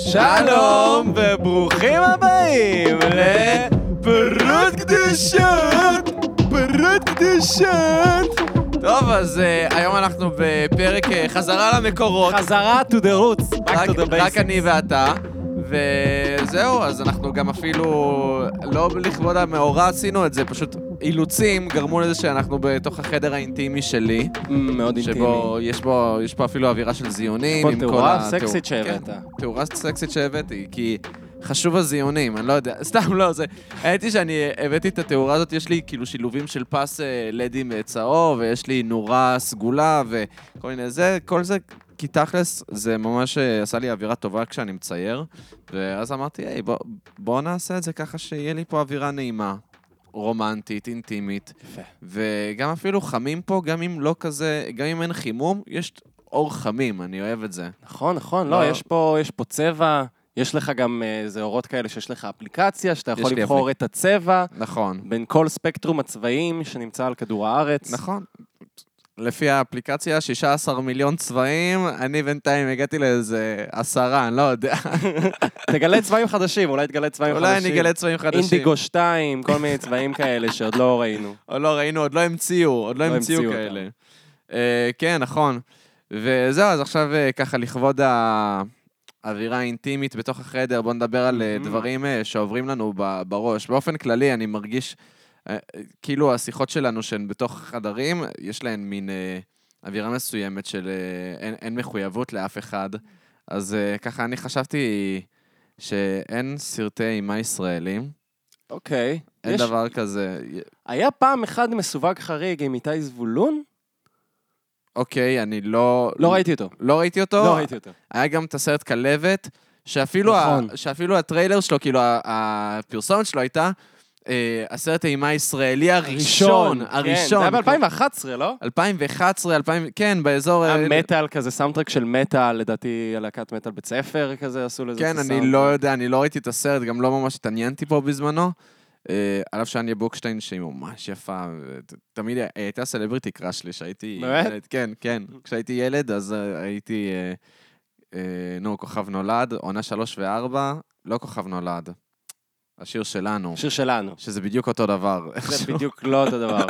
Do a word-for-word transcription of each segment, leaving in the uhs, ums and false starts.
שלום וברוכים הבאים לפרות קדושות, פרות קדושות. טוב, אז uh, היום אנחנו בפרק uh, חזרה למקורות. חזרה to the roots, back רק, to the basics. רק אני ואתה. וזהו, אז אנחנו גם אפילו לא לכבוד המאורע עשינו את זה, פשוט אילוצים גרמו לזה שאנחנו בתוך החדר האינטימי שלי. מאוד אינטימי. שבו יש בו, יש פה אפילו אווירה של זיונים. פה תאורה סקסית שהבאת. כן, תאורה סקסית שהבאתי, כי חשוב הזיונים, אני לא יודע, סתם לא, זה... הייתי שאני הבאתי את התאורה הזאת, יש לי כאילו שילובים של פס לדים צהוב, ויש לי נורה סגולה, וכל מיני זה, כל זה... כי תכלס, זה ממש עשה לי אווירה טובה כשאני מצייר, ואז אמרתי, היי, בוא, בוא נעשה את זה ככה שיהיה לי פה אווירה נעימה, רומנטית, אינטימית, יפה. וגם אפילו חמים פה, גם אם לא כזה, גם אם אין חימום, יש אור חמים, אני אוהב את זה. נכון, נכון, לא, יש פה, יש פה צבע, יש לך גם איזה אורות כאלה שיש לך אפליקציה, שאתה יכול לבחור את הצבע, נכון. בין כל ספקטרום הצבעים שנמצא על כדור הארץ. נכון. לפי האפליקציה, שישה עשר מיליון צבעים, אני בינתיים הגעתי לאיזה עשרה, אני לא יודע. תגלה צבעים חדשים, אולי תגלה צבעים חדשים. אולי אני אגלה צבעים חדשים. אינדיגו שתיים, כל מיני צבעים כאלה שעוד לא ראינו. עוד לא ראינו, עוד לא המציאו, עוד לא המציאו כאלה. כן, נכון. וזהו, אז עכשיו ככה לכבוד האווירה האינטימית בתוך החדר, בואו נדבר על דברים שעוברים לנו בראש. באופן כללי, אני מרגיש... כאילו השיחות שלנו שהן בתוך חדרים, יש להן מין אה, אווירה מסוימת של אה, אין, אין מחויבות לאף אחד, אז אה, ככה אני חשבתי שאין סרטי אימה ישראלים. אוקיי. אין יש... דבר כזה. היה פעם אחד מסווג חריג עם איתי זבולון? אוקיי, אני לא... לא ראיתי אותו. לא ראיתי אותו? לא ראיתי אותו. היה גם את הסרט כלבת, שאפילו, נכון. ה... שאפילו הטריילר שלו, כאילו הפרסומת שלו הייתה, הסרט האימה הישראלי הראשון, הראשון. זה היה ב-אלפיים ואחת עשרה, לא? אלפיים ואחת עשרה, אלפיים, כן, באזור... המטל כזה, סאונדטרק של מטל, לדעתי, הלהקת מטל בית ספר כזה, עשו לזה את כן, הסאונדטרק. אני לא יודע, אני לא ראיתי את הסרט, גם לא ממש התעניינתי פה בזמנו. עליו שאניה בוקשטיין, שהיא ממש יפה, תמיד הייתה סלבריטי קראש לי, שהייתי... באמת? כן, כן. כשהייתי ילד, אז הייתי, נו, כוכב נולד, עונה שלוש וארבע, לא כוכב נולד. השיר שלנו. השיר שלנו. שזה בדיוק אותו דבר. זה בדיוק לא אותו דבר.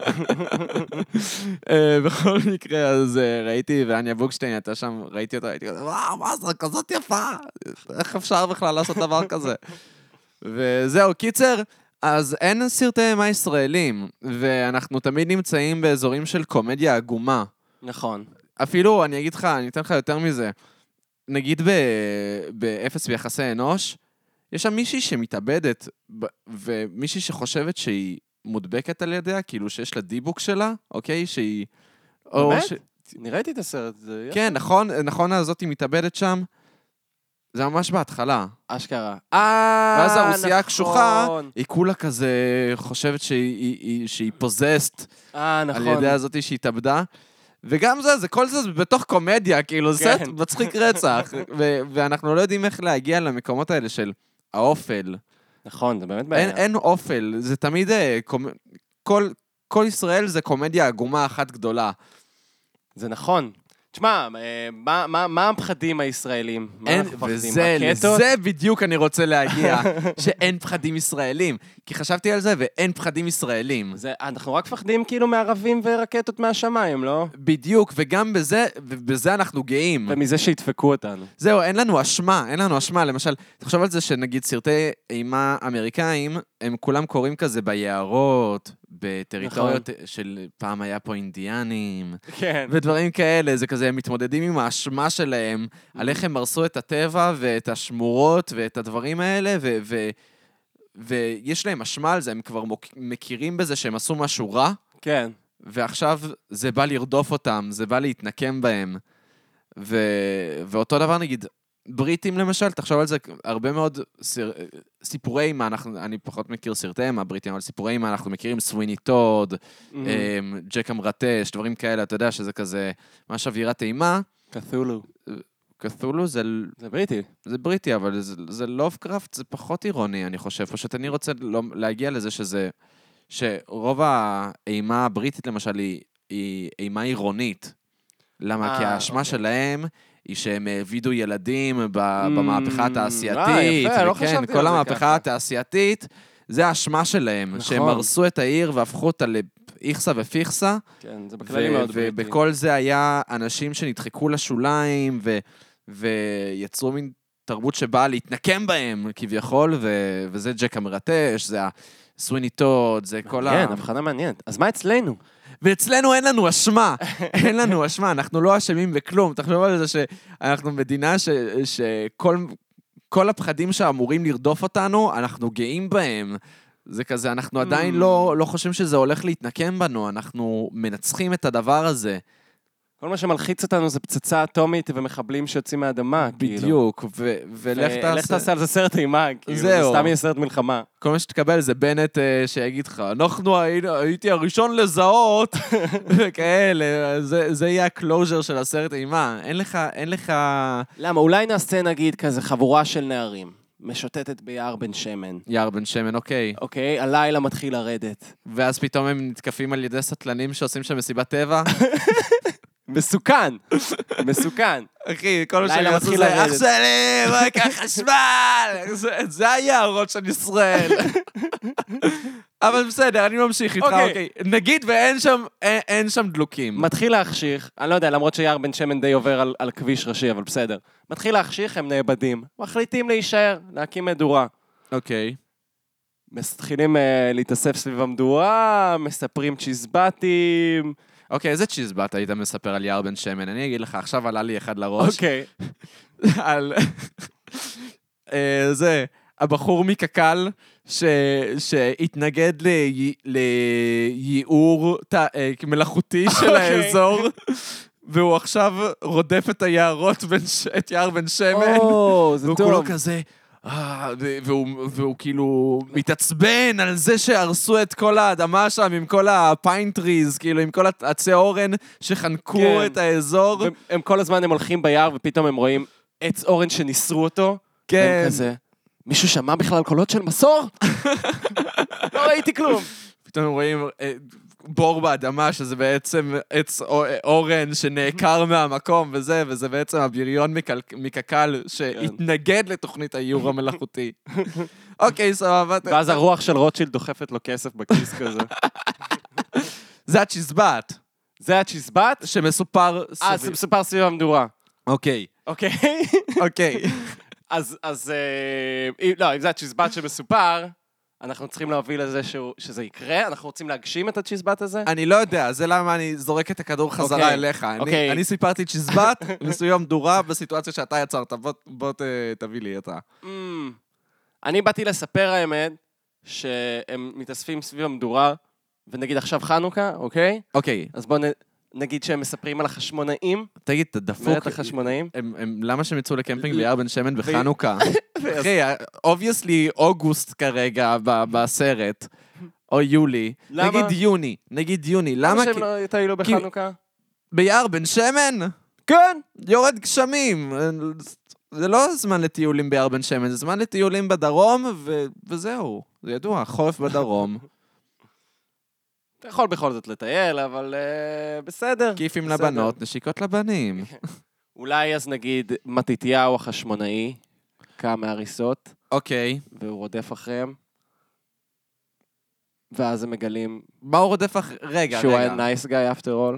בכל מקרה, אז ראיתי, ואניה בוקשטיין הייתה שם, ראיתי אותה, הייתי כזה, וואו, מה זה, כזאת יפה. איך אפשר בכלל לעשות דבר כזה? וזהו, קיצר, אז אין סרטי אימה ישראלים, ואנחנו תמיד נמצאים באזורים של קומדיה עגומה. נכון. אפילו, אני אגיד לך, אני אתן לך יותר מזה, נגיד באפס ביחסי אנוש, יש שם מישהי שמתאבדת, ומישהי שחושבת שהיא מודבקת על ידיה, כאילו שיש לה דיבוק שלה, אוקיי? שהיא... באמת? אני ראיתי את הסרט. כן, נכון, נכון, הזאת היא מתאבדת שם. זה ממש בהתחלה. אשכרה. אה, ואז הרוסיה הקשוחה, היא כולה כזה חושבת שהיא פוזסט על ידי הזאת שהיא התאבדה. וגם זה, זה כל זה בתוך קומדיה, כאילו, זה סרט מצחיק רצח. ואנחנו לא יודעים איך להגיע למקומות האלה של האופל. נכון, זה באמת בעיה. אין אופל, זה תמיד, כל, כל ישראל זה קומדיה עגומה אחת גדולה. זה נכון. תשמע, מה, מה, מה הפחדים הישראלים? מה אין, אנחנו פחדים? וזה, רקטות? לזה בדיוק אני רוצה להגיע, שאין פחדים ישראלים. כי חשבתי על זה, ואין פחדים ישראלים. זה, אנחנו רק פחדים כאילו מערבים ורקטות מהשמיים, לא? בדיוק, וגם בזה, בזה אנחנו גאים. ומזה שידפקו אותנו. זהו, אין לנו אשמה, אין לנו אשמה. למשל, תחשוב על זה שנגיד סרטי אימה אמריקאים, הם כולם קוראים כזה ביערות, בטריטוריות נכון. של פעם היה פה אינדיאנים, כן. ודברים כאלה, זה כזה, הם מתמודדים עם האשמה שלהם, על איך הם הרסו את הטבע ואת השמורות ואת הדברים האלה, ו... ו- ויש להם אשמה על זה, הם כבר מכירים בזה שהם עשו משהו רע, כן. ועכשיו זה בא לרדוף אותם, זה בא להתנקם בהם, ו... ואותו דבר נגיד, בריטים למשל, תחשוב על זה, הרבה מאוד סיר... סיפורי אימה, אנחנו... אני פחות מכיר סרטי אימה בריטים, אבל סיפורי אימה אנחנו מכירים, סוויני טוד, mm-hmm. ג'ק המרטש, דברים כאלה, אתה יודע שזה כזה, ממש אווירת אימה. קת'ולו. קת'ולו זה... זה בריטי. זה בריטי, אבל זה, זה לובקראפט, זה פחות אירוני, אני חושב. פשוט אני רוצה לא, להגיע לזה שזה... שרוב האימה הבריטית, למשל, היא, היא אימה עירונית. למה? כי האשמה שלהם היא שהם העבידו ילדים במהפכה התעשייתית. אה, יפה, לא חשבתי על זה ככה. כל המהפכה התעשייתית, זה האשמה שלהם, שהם הרסו את העיר והפכו אותה לאיכסה ופיכסה. כן, זה בכללי מאוד בריטי. ובכל זה היה אנשים שנדחקו לשוליים, ויצרו מין תרבות שבאה להתנקם בהם, כביכול, וזה ג'ק המרטש, זה הסוויני טוד, זה כל ה... כן, הבחנה מעניינת. אז מה אצלנו? ואצלנו אין לנו אשמה, אין לנו אשמה, אנחנו לא אשמים בכלום. תחשוב על זה שאנחנו מדינה שכל הפחדים שאמורים לרדוף אותנו, אנחנו גאים בהם. זה כזה, אנחנו עדיין לא, לא חושבים שזה הולך להתנקם בנו, אנחנו מנצחים את הדבר הזה. כל מה שמלחיץ אותנו זה פצצה אטומית ומחבלים שיוצאים מהאדמה, כאילו. בדיוק, ולך תעשה... ולך תעשה על זה סרט אימה, כאילו, זה סתם יהיה סרט מלחמה. כל מה שתקבל זה בנט שיגיד לך, אנחנו הייתי הראשון לזהות, וכאלה, זה יהיה הקלוז'ר של הסרט אימה. אין לך, אין לך... למה? אולי נעשה נגיד כזה חבורה של נערים. משוטטת ביער בן שמן. יער בן שמן, אוקיי. אוקיי, הלילה מתחיל לרדת. ואז פתאום הם נתקפים על ידי סטלנים שעושים שם מסיבת טבע. מסוכן, מסוכן. אחי, כל מה שאני עשו זה, אח שלי, בואי קח חשמל. זה היערות של ישראל. אבל בסדר, אני ממשיך איתך, אוקיי. נגיד ואין שם דלוקים. מתחיל להחשיך, אני לא יודע, למרות שיער בן שמן די עובר על כביש ראשי, אבל בסדר. מתחיל להחשיך, הם נאבדים. מחליטים להישאר, להקים מדורה. אוקיי. מתחילים להתאסף סביב המדורה, מספרים צ'יזבטים. אוקיי, איזה צ'יזבט היית מספר על יער בן שמן? אני אגיד לך, עכשיו עלה לי אחד לראש. אוקיי. על... זה, הבחור מקקל שהתנגד לייעור מלאכותי של האזור, והוא עכשיו רודף את היערות, את יער בן שמן. או, זה טוב. והוא כולו כזה... והוא, והוא כאילו מתעצבן על זה שהרסו את כל האדמה שם עם כל הפיינטריז, כאילו עם כל עצי אורן שחנקו כן. את האזור. הם כל הזמן הם הולכים ביער ופתאום הם רואים עץ אורן שניסרו אותו. כן. כזה, מישהו שמע בכלל קולות של מסור? לא ראיתי כלום. פתאום הם רואים בור באדמה שזה בעצם עץ אורן שנעקר מהמקום וזה, וזה בעצם הבריון מקקל שהתנגד לתוכנית האיור המלאכותי. אוקיי, סבבה. ואז הרוח של רוטשילד דוחפת לו כסף בכיס כזה. זה הצ'יזבט. זה הצ'יזבט? שמסופר סביב. אה, זה מסופר סביב המדורה. אוקיי. אוקיי. אוקיי. אז, אז, לא, אם זה הצ'יזבט שמסופר... אנחנו צריכים להוביל לזה שזה יקרה? אנחנו רוצים להגשים את הצ'יזבט הזה? אני לא יודע, זה למה אני זורק את הכדור חזרה אליך. אני סיפרתי צ'יזבט לסוים מדורה בסיטואציה שאתה יצרת. בוא תביא לי את ה... אני באתי לספר האמת שהם מתאספים סביב המדורה, ונגיד עכשיו חנוכה, אוקיי? אוקיי. אז בוא נגיד שהם מספרים על החשמונאים. תגיד, אתה דפוק. ואת החשמונאים. למה שהם יצאו לקמפינג ביער בן שמן בחנוכה? אחי, אובייסלי אוגוסט כרגע בסרט, או יולי. נגיד יוני, נגיד יוני. למה שהם לא יטיילו בחנוכה? ביער בן שמן? כן. יורד גשמים. זה לא זמן לטיולים ביער בן שמן, זה זמן לטיולים בדרום, וזהו. זה ידוע, חורף בדרום. אתה יכול בכל זאת לטייל, אבל uh, בסדר. כיפים בסדר. לבנות, נשיקות לבנים. אולי אז נגיד מתתיהו החשמונאי, קם מהריסות. אוקיי. והוא רודף אחריהם. ואז הם מגלים... מה הוא רודף אחרי... רגע, שהוא רגע. שהוא היה נייס גאי after all.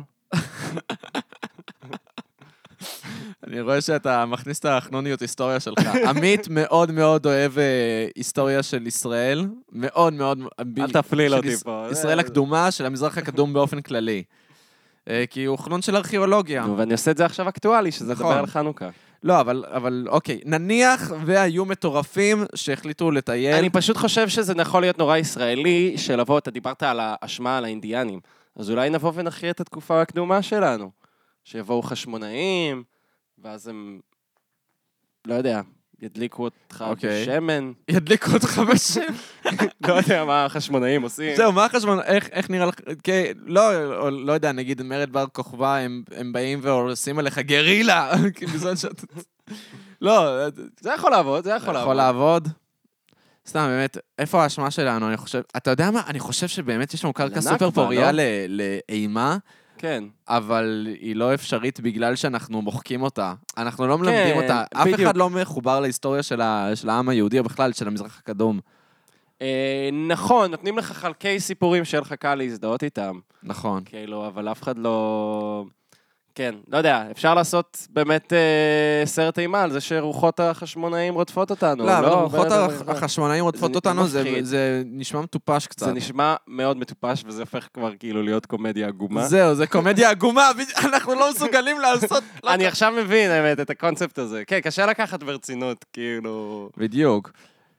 אני רואה שאתה מכניס את החנוניות היסטוריה שלך. עמית מאוד מאוד אוהב היסטוריה של ישראל. מאוד מאוד... אל תפליל אותי פה. ישראל הקדומה של המזרח הקדום באופן כללי. כי הוא חנון של ארכיאולוגיה. ואני עושה את זה עכשיו אקטואלי, שזה דבר על חנוכה. לא, אבל, אבל אוקיי, נניח והיו מטורפים שהחליטו לטייל. אני פשוט חושב שזה יכול להיות נורא ישראלי, שלבוא, אתה דיברת על האשמה על האינדיאנים, אז אולי נבוא ונחיה את התקופה הקדומה שלנו. שיבואו חשמונאים, ואז הם, לא יודע, ידליקו אותך okay. בשמן. ידליקו אותך בשמן? לא יודע מה החשמונאים עושים. זהו, מה החשמונאים, איך, איך נראה לך, כן, לא, לא יודע, נגיד מרד בר כוכבא, הם, הם באים ועושים עליך גרילה, שאת... לא. זה יכול לעבוד, זה יכול לעבוד. יכול לעבוד. סתם, באמת, איפה האשמה שלנו, אני חושב, אתה יודע מה, אני חושב שבאמת יש לנו קרקע סופר פוריה לאימה, כן. אבל היא לא אפשרית בגלל שאנחנו מוחקים אותה. אנחנו לא מלמדים כן, אותה. אף בדיוק. אחד לא מחובר להיסטוריה של ה- של העם היהודי, או בכלל של המזרח הקדום. אה, נכון, נותנים לך חלקי סיפורים שיהיה לך קל להזדהות איתם. נכון. כאילו, אבל אף אחד לא... כן, לא יודע, אפשר לעשות באמת אה, סרט אימה על זה שרוחות החשמונאים רודפות אותנו. לא, אבל לא, רוחות ב- ב- החשמונאים רודפות זה אותנו, זה- מפחיד. זה נשמע מטופש קצת. זה נשמע מאוד מטופש, וזה הופך כבר כאילו להיות קומדיה עגומה. זהו, זה קומדיה עגומה, אנחנו לא מסוגלים לעשות... אני עכשיו מבין, האמת, את הקונספט הזה. כן, קשה לקחת ברצינות, כאילו... בדיוק.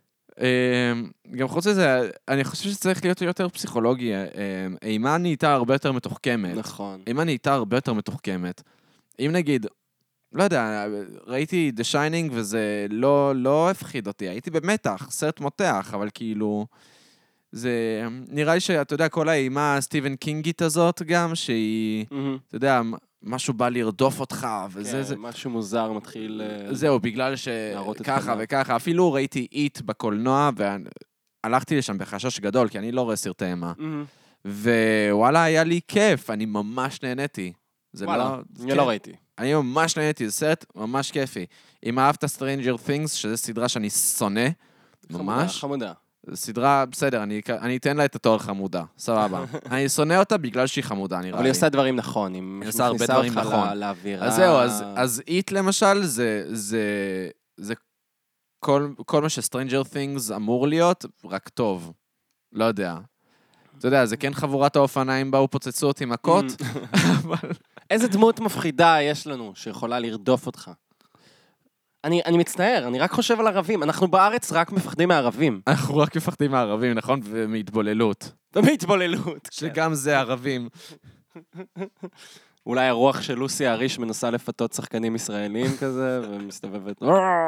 גם חוץ לזה, אני חושב שצריך להיות יותר פסיכולוגי. אימה נהייתה הרבה יותר מתוחכמת. נכון. אימה נהייתה הרבה יותר מתוחכמת. אם נגיד, לא יודע, ראיתי The Shining וזה לא, לא הפחיד אותי, הייתי במתח, סרט מותח, אבל כאילו, זה נראה לי שאתה יודע, כל האימה הסטיבן קינגית הזאת גם, שהיא, אתה יודע, משהו בא לרדוף אותך, וזה כן, זה... משהו מוזר מתחיל... זהו, בגלל שככה וככה, אפילו ראיתי איט בקולנוע, והלכתי לשם בחשש גדול, כי אני לא רואה סרטי אימה. ווואלה, היה לי כיף, אני ממש נהניתי. וואלה, אני לא ראיתי. אני ממש נהניתי, זה סרט ממש כיפי. אם אהבת Stranger Things, שזו סדרה שאני שונא, ממש. חמודה. סדרה, בסדר, אני, אני אתן לה את התואר חמודה, סבבה. אני שונא אותה בגלל שהיא חמודה, נראה לי. אבל היא עושה דברים נכון, היא עושה הרבה דברים נכון. לאווירה. אז זהו, אז, אז איט למשל, זה, זה, זה כל, כל מה ש-Stranger Things אמור להיות, רק טוב. לא יודע. אתה יודע, זה כן חבורת האופניים באו פוצצו אותי מכות, אבל... איזה דמות מפחידה יש לנו שיכולה לרדוף אותך? אני, אני מצטער, אני רק חושב על ערבים. אנחנו בארץ רק מפחדים מערבים. אנחנו רק מפחדים מערבים, נכון? ומהתבוללות. ומהתבוללות. שגם זה ערבים. אולי הרוח של לוסי האריש מנסה לפתות שחקנים ישראלים כזה, ומסתובבת...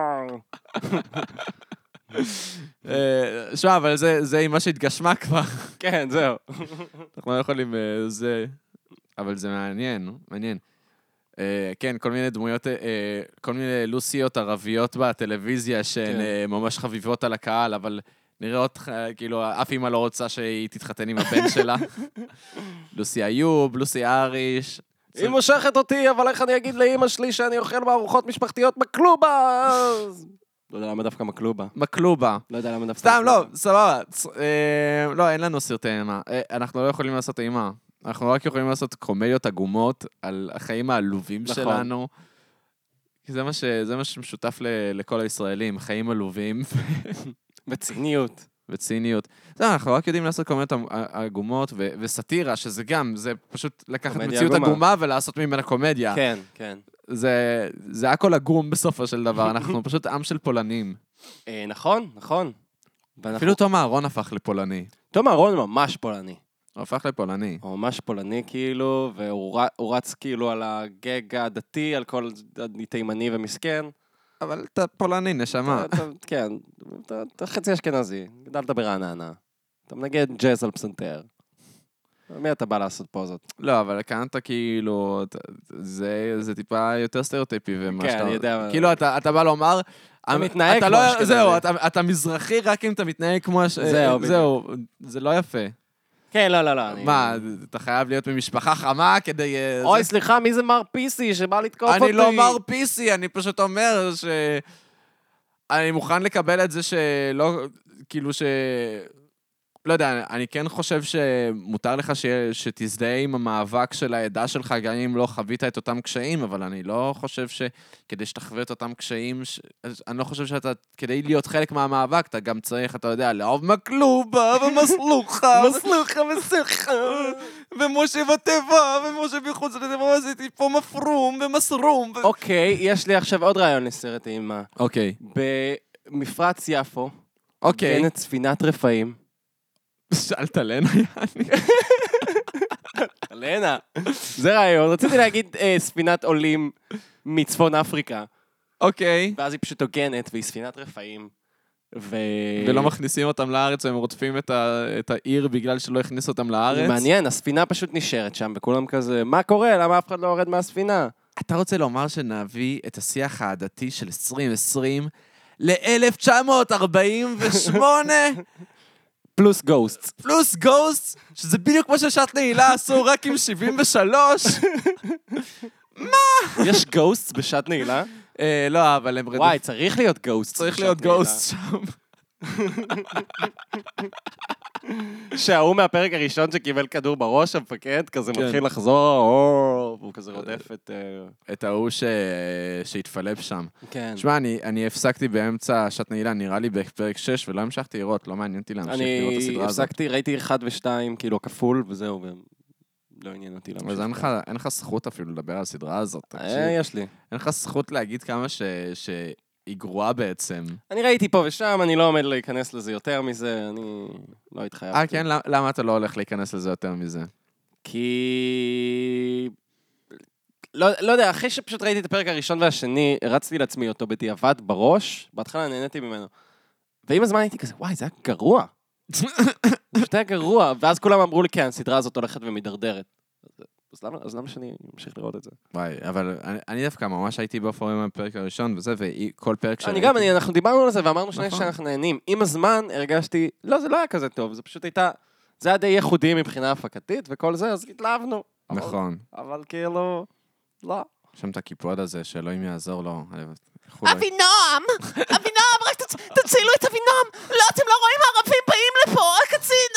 שמע, אבל זה עם מה שהתגשמה כבר. כן, זהו. אנחנו לא יכולים... זה... אבל זה מעניין, מעניין. כן, כל מיני דמויות, כל מיני לוסיות ערביות בטלוויזיה שהן ממש חביבות על הקהל, אבל נראה אותך, כאילו, אף אמא לא רוצה שהיא תתחתן עם הבן שלה. לוסי איוב, לוסי אריש. היא מושכת אותי, אבל איך אני אגיד לאמא שלי שאני אוכל בארוחות משפחתיות מקלובה? לא יודע למה דווקא מקלובה. מקלובה. לא יודע למה דווקא... סתם, לא, סבבה. לא, אין לנו סרטי אימה. אנחנו לא יכולים לעשות אימה. אנחנו רק יכולים לעשות קומדיות עגומות על החיים העלובים נכון. שלנו. כי זה מה, ש, זה מה שמשותף ל, לכל הישראלים, חיים עלובים. וציניות. וציניות. זה, אנחנו רק יודעים לעשות קומדיות עגומות ו, וסטירה, שזה גם, זה פשוט לקחת מציאות עגומה. עגומה ולעשות ממנה קומדיה. כן, כן. זה, זה הכל עגום בסופו של דבר, אנחנו פשוט עם של פולנים. אה, נכון, נכון. ואנחנו... אפילו תום אהרון הפך לפולני. תום אהרון ממש פולני. הוא הפך לפולני. הוא ממש פולני כאילו, והוא רץ כאילו על הגג הדתי, על כל תימני ומסכן. אבל אתה פולני, נשמה. כן, אתה חצי אשכנזי, גדלת ברעננה. אתה מנגד ג'אז על פסנתר. מי אתה בא לעשות פה זאת? לא, אבל כאן אתה כאילו, זה טיפה יותר סטריאוטיפי ומה שאתה... כן, אני יודע. כאילו, אתה בא לומר... אתה מתנהג כמו אשכנזי. זהו, אתה מזרחי רק אם אתה מתנהג כמו... זהו, זה לא יפה. כן, לא, לא, לא. מה, אתה חייב להיות ממשפחה חמה כדי... אוי, סליחה, מי זה מר פיסי שבא לתקוף אותי? אני לא מר פיסי, אני פשוט אומר ש... אני מוכן לקבל את זה שלא... כאילו ש... לא יודע, אני כן חושב שמותר לך ש... שתזדהה עם המאבק של העדה שלך, גם אם לא חווית את אותם קשיים, אבל אני לא חושב שכדי שתחווה את אותם קשיים, ש... אני לא חושב שאתה, כדי להיות חלק מהמאבק, אתה גם צריך, אתה יודע, לאהוב מקלובה ומסלוחה, מסלוחה מסלוחה, ומשה בטבע, ומשה בחוץ לטבע, עשיתי פה מפרום ומסרום. אוקיי, יש לי עכשיו עוד רעיון לסרט אימה. אוקיי. במפרץ יפו, אוקיי. בין את ספינת רפאים, שאלת לנה, יעני. לנה. זה רעיון. רציתי להגיד ספינת עולים מצפון אפריקה. אוקיי. ואז היא פשוט הוגנת, והיא ספינת רפאים. ולא מכניסים אותם לארץ, והם רודפים את העיר בגלל שלא הכניסו אותם לארץ. מעניין, הספינה פשוט נשארת שם, וכולם כזה, מה קורה? למה אף אחד לא יורד מהספינה? אתה רוצה לומר שנביא את השיח העדתי של עשרים עשרים ל-אלף תשע מאות ארבעים ושמונה? פלוס גוסט. פלוס גוסט, שזה בדיוק כמו ששעת נעילה עשו רק עם שבעים ושלוש. מה? יש גוסט בשעת נעילה? לא, אבל הם רדוף. וואי, צריך להיות גוסט. צריך להיות גוסט שם. שההוא מהפרק הראשון שקיבל כדור בראש, המפקד, כזה מתחיל לחזור, והוא כזה רודף את... את ההוא שהתפלב שם. כן. שמע, אני הפסקתי באמצע שעת נעילה, נראה לי בפרק שש, ולא המשכתי לראות, לא מעניין אותי להמשיך לראות את הסדרה הזאת. אני הפסקתי, ראיתי אחד ושתיים, כאילו כפול, וזהו, לא עניין אותי להמשיך. אז אין לך זכות אפילו לדבר על הסדרה הזאת. יש לי. אין לך זכות להגיד כמה שהיא גרועה בעצם. אני ראיתי פה ושם, אני לא עומד להיכנס לזה יותר מזה, אני לא התחייבתי. אה, כן? למה אתה לא הולך להיכנס לזה יותר מזה? כי... לא, לא יודע, אחרי שפשוט ראיתי את הפרק הראשון והשני, הרצתי לעצמי אותו בדיעבד בראש, בהתחלה נהניתי ממנו. ועם הזמן הייתי כזה, וואי, זה היה גרוע. פשוט היה גרוע, ואז כולם אמרו לי, כן, הסדרה הזאת הולכת ומדרדרת. אז למה, אז למה שאני אמשיך לראות את זה? וואי, אבל אני, אני דווקא ממש הייתי באופורים בפרק הראשון וזה, וכל פרק שראיתי... אני גם, אני, אנחנו דיברנו על זה ואמרנו שני שאנחנו נהנים. עם הזמן הרגשתי, לא, זה לא היה כזה טוב, זה פשוט הייתה, זה היה די ייחודי מבחינה הפקתית וכל זה, אז התלהבנו. נכון. אבל, אבל כאילו, לא. שם את הקיפוד הזה, שאלוהים יעזור לו. אבינועם! אבינועם, רק תצילו את אבינועם! לא, אתם לא רואים הערבים באים לפה, הקצין!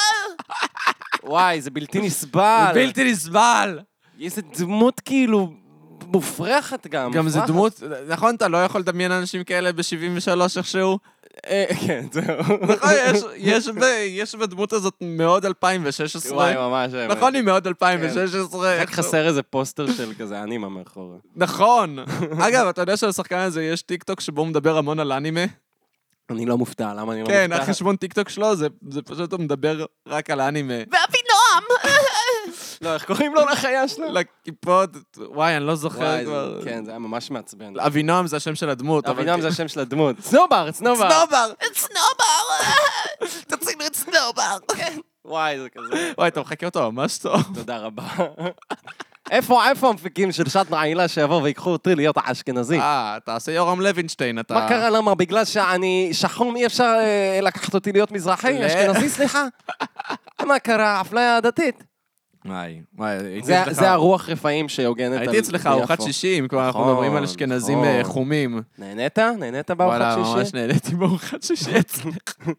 וואי, זה בלתי נסבל. זה בלתי נסבל! איזה דמות כאילו מופרכת גם. גם זה דמות, נכון, אתה לא יכול לדמיין אנשים כאלה ב-שבעים ושלוש איכשהו? כן, זהו. נכון, יש בדמות הזאת מאוד אלפיים ושש עשרה. וואי, ממש. נכון, היא מאוד אלפיים ושש עשרה. רק חסר איזה פוסטר של כזה אנימה מאחורה. נכון. אגב, אתה יודע שלשחקן הזה יש טיקטוק שבו הוא מדבר המון על אנימה? אני לא מופתע, למה אני לא מופתע? כן, החשבון טיקטוק שלו, זה פשוט הוא מדבר רק על האנימה. ואבינועם! לא, איך קוראים לו לחיה שלו? לקיפוד, וואי, אני לא זוכר כבר. כן, זה היה ממש מעצבן. אבינועם זה השם של הדמות. אבינועם זה השם של הדמות. סנובר, סנובר. סנובר! סנובר! תצילו את סנובר! וואי, זה כזה. וואי, אתה מחכה אותו ממש טוב. תודה רבה. איפה, איפה המפיקים של שעת נעילה שיבואו ויקחו אותי להיות האשכנזי? אה, תעשה יורם לוינשטיין, אתה... מה קרה, למה? בגלל שאני שחום אי אפשר לקחת אותי להיות מזרחי? אשכנזי, סליחה? מה קרה? אפליה דתית. וואי, וואי, הייתי אצלך... זה הרוח רפאים שיוגנת על... הייתי אצלך ארוחת שישים, כבר אנחנו מדברים על אשכנזים חומים. נהנית? נהנית בארוחת שישי? וואלה, ממש נהניתי בארוחת שישי אצלך.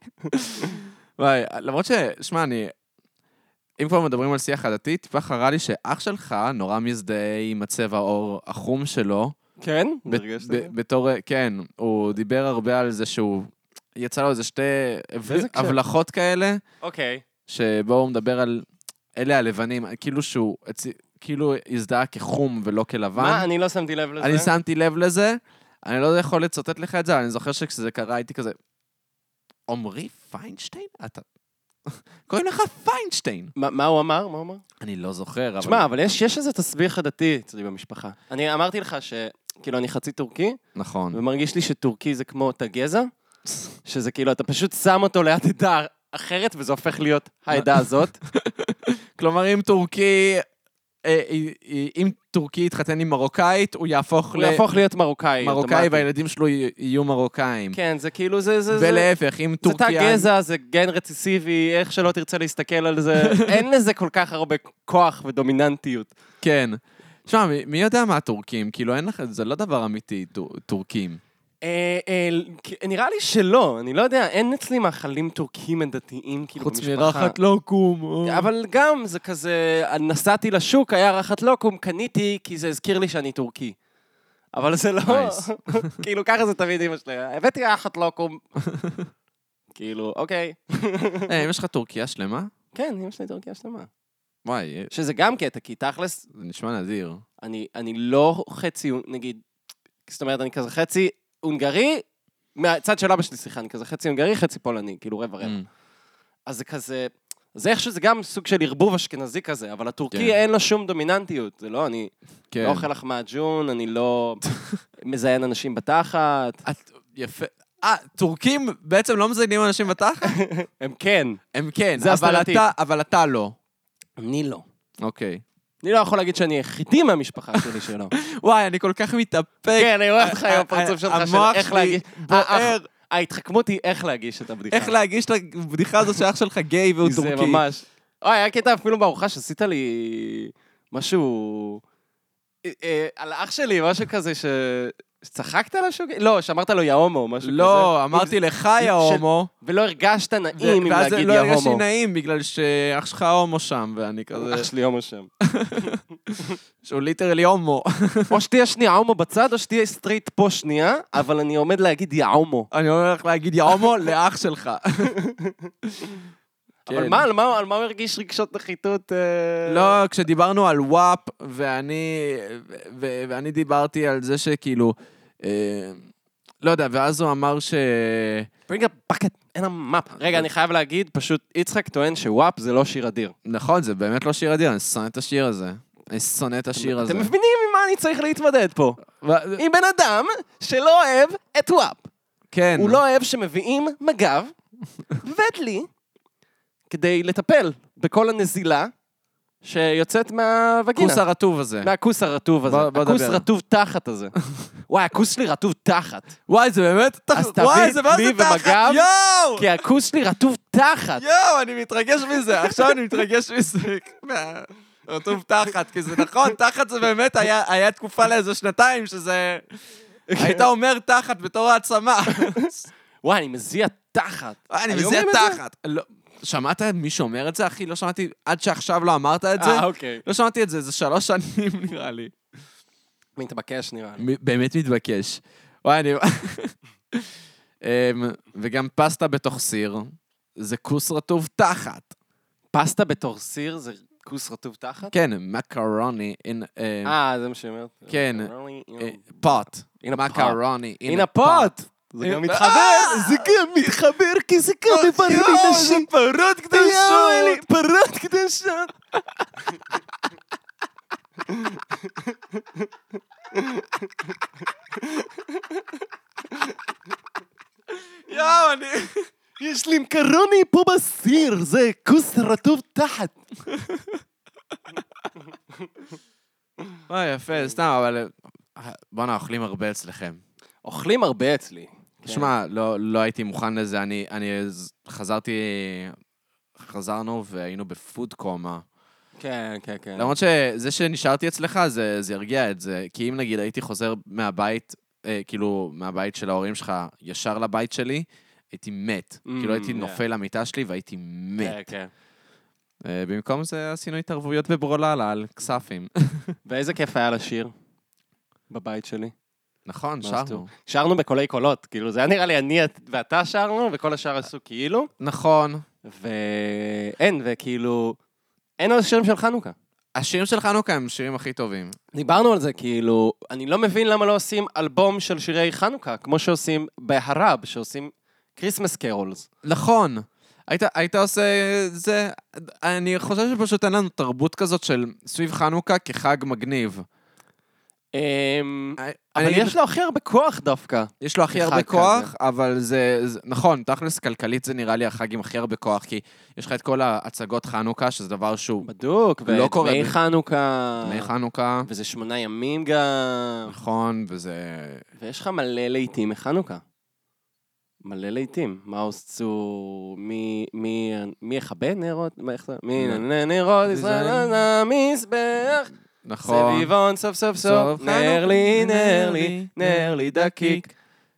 וואי, למרות ש... שמע, אני... אם כבר מדברים על שיח הדתי, טיפה חרה לי שאח שלך נורא מזדהה עם הצבע האור החום שלו. כן? בתור, כן, הוא דיבר הרבה על זה שהוא, יצא לו איזה שתי הבלחות כאלה. אוקיי. שבו הוא מדבר על אלה הלבנים, כאילו שהוא, כאילו הזדהה כחום ולא כלבן. מה? אני לא שמתי לב לזה. אני שמתי לב לזה, אני לא יכול לצטט לך את זה, אני זוכר שכשזה קרה הייתי כזה, עומרי פיינשטיין? אתה... קוראים לך פיינשטיין. מה הוא אמר? מה הוא אמר? אני לא זוכר, אבל... תשמע, אבל יש איזה תסביך הדתי אצלי במשפחה. אני אמרתי לך שכאילו אני חצי טורקי, נכון. ומרגיש לי שטורקי זה כמו אותה גזע, שזה כאילו אתה פשוט שם אותו ליד עדה אחרת, וזה הופך להיות העדה הזאת. כלומר, אם טורקי... אם טורקי יתחתן עם מרוקאית, הוא יהפוך ל... הוא יהפוך להיות מרוקאי. מרוקאי, והילדים שלו יהיו מרוקאים. כן, זה כאילו, זה... ולהפך, אם טורקיה... זה תא גזע, זה גן רציסיבי, איך שלא תרצה להסתכל על זה, אין לזה כל כך הרבה כוח ודומיננטיות. כן. תשמע, מי יודע מה טורקים? כאילו, אין לך... זה לא דבר אמיתי, טורקים. נראה לי שלא, אני לא יודע, אין אצלי מאכלים טורקים דתיים כאילו במשפחה. חוץ מרחת לוקום. אבל גם זה כזה, נסעתי לשוק, היה רחת לוקום, קניתי כי זה הזכיר לי שאני טורקי. אבל זה לא, כאילו ככה זה תמיד אמא שלי, הבאתי רחת לוקום. כאילו, אוקיי. אמא שלך טורקיה שלמה? כן, אמא שלי טורקיה שלמה. וואי. שזה גם קטע, כי תכלס... זה נשמע נדיר. אני לא חצי, נגיד, זאת אומרת, אני כזה חצי... הונגרי, מהצד של אבא שלי, סליחה, אני כזה חצי הונגרי, חצי פולני, כאילו רבע רבע. אז זה כזה, זה איך שזה גם סוג של ערבוב אשכנזי כזה, אבל הטורקי אין לו שום דומיננטיות, זה לא, אני לא אוכל לך מהג'ון, אני לא מזיין אנשים בתחת. יפה. אה, טורקים בעצם לא מזיינים אנשים בתחת? הם כן. הם כן, אבל אתה לא. אני לא. אוקיי. אני לא יכול להגיד שאני יחידי מהמשפחה שלי שלו. וואי, אני כל כך מתאפק. כן, אני רואה אותך עם הפרצוף שלך של איך להגיד. בוער. ההתחכמות היא איך להגיש את הבדיחה. איך להגיש את הבדיחה הזאת שאח שלך גיי והוא טורקי. זה ממש. אוי, היה קטע אפילו בארוחה שעשית לי משהו... על אח שלי, משהו כזה ש... צחקת על השוק? לא, שאמרת לו יא הומו, משהו כזה. לא, אמרתי לך יא הומו. ולא הרגשת נעים אם להגיד יא הומו. ואז לא הרגשתי נעים, בגלל שאח שלך הומו שם, ואני כזה... אח שלי הומו שם. שהוא ליטרלי הומו. או שתהיה שנייה הומו בצד, או שתהיה סטרייט פה שנייה, אבל אני עומד להגיד יא הומו. אני אומר לך להגיד יא הומו לאח שלך. אבל מה, על מה, על מה הוא הרגיש רגשות נחיתות? לא, כשדיברנו על וואפ, ואני, ואני דיברתי על זה שכאילו, לא יודע, ואז הוא אמר ש... ברגע פקט, אין המאפ. רגע, אני חייב להגיד, פשוט יצחק טוען שוואפ זה לא שיר אדיר. נכון, זה באמת לא שיר אדיר, אני שונא את השיר הזה. אני שונא את השיר הזה. אתם מבינים עם מה אני צריך להתמודד פה? עם בן אדם שלא אוהב את וואפ. כן. הוא לא אוהב שמביאים מגב, ודלי, כדי לטפל בכל הנזילה שיוצאת מהווגינה. הכוס הרטוב הזה. מהכוס הרטוב הזה. הכוס רטוב תחת הזה. וואי, הכוס שלי רטוב תחת. וואי, זה באמת... אז תביא לי במגב, יואו! כי הכוס שלי רטוב תחת. יואו, אני מתרגש מזה. עכשיו אני מתרגש מזה. רטוב תחת, כי זה נכון, תחת זה באמת היה תקופה לאיזה שנתיים, שזה... היית אומר תחת בתור העצמה. וואי, אני מזיע תחת. אני מזיע תחת. שמעת מי שאומר את זה, אחי? לא שמעתי, עד שעכשיו לא אמרת את זה. אה, אוקיי. לא שמעתי את זה, זה שלוש שנים נראה לי. מתבקש נראה לי. באמת מתבקש. וואי, אני... וגם פסטה בתוך סיר, זה כוס רטוב תחת. פסטה בתוך סיר זה כוס רטוב תחת? כן, מקרוני. אה, זה מה שאומרת. כן, פוט. מקרוני. אין הפוט! זה גם מתחבר, זה גם מתחבר, כי זה גם מברר נשים. פרות קדושות. פרות קדושות. יאו, אני... יש לי מקרוני פה בסיר, זה כוס רטוב תחת. וואי, יפה, סתם, אבל... בוא'נה, אוכלים הרבה אצלכם. אוכלים הרבה אצלי. תשמע, לא, לא הייתי מוכן לזה, אני, אני חזרתי, חזרנו והיינו בפוד קומה. כן, כן, כן. למרות שזה שנשארתי אצלך, זה, זה הרגיע את זה, כי אם נגיד הייתי חוזר מהבית, אה, כאילו, מהבית של ההורים שלך, ישר לבית שלי, הייתי מת. Mm, כאילו הייתי yeah. נופל למיטה שלי והייתי מת. כן, כן. אה, במקום זה עשינו התערבויות בברוללה על כספים. ואיזה כיף היה לשיר בבית שלי. נכון, שרנו. שרנו בקולי קולות, כאילו זה היה נראה לי אני ואתה שרנו, וכל השאר עשו כאילו. נכון. ואין, וכאילו, אין עוד שירים של חנוכה. השירים של חנוכה הם שירים הכי טובים. דיברנו על זה, כאילו, אני לא מבין למה לא עושים אלבום של שירי חנוכה, כמו שעושים בהרב, שעושים Christmas Carols. נכון. היית, היית עושה זה, אני חושב שפשוט אין לנו תרבות כזאת של סביב חנוכה כחג מגניב. אבל יש לו הכי הרבה כוח דווקא. יש לו הכי הרבה כוח, אבל זה, נכון, תכלס כלכלית זה נראה לי החג עם הכי הרבה כוח, כי יש לך את כל ההצגות חנוכה, שזה דבר שהוא בדוק, ואת מי חנוכה. מי חנוכה. וזה שמונה ימים גם. נכון, וזה... ויש לך מלא לעיתים מחנוכה. מלא לעיתים. מה עושו, מי יכבה נרות? מי נרות ישראל המזבח. נכון. סביבון סוף סוף סוף, נר לי, נר לי, נר לי דקיק.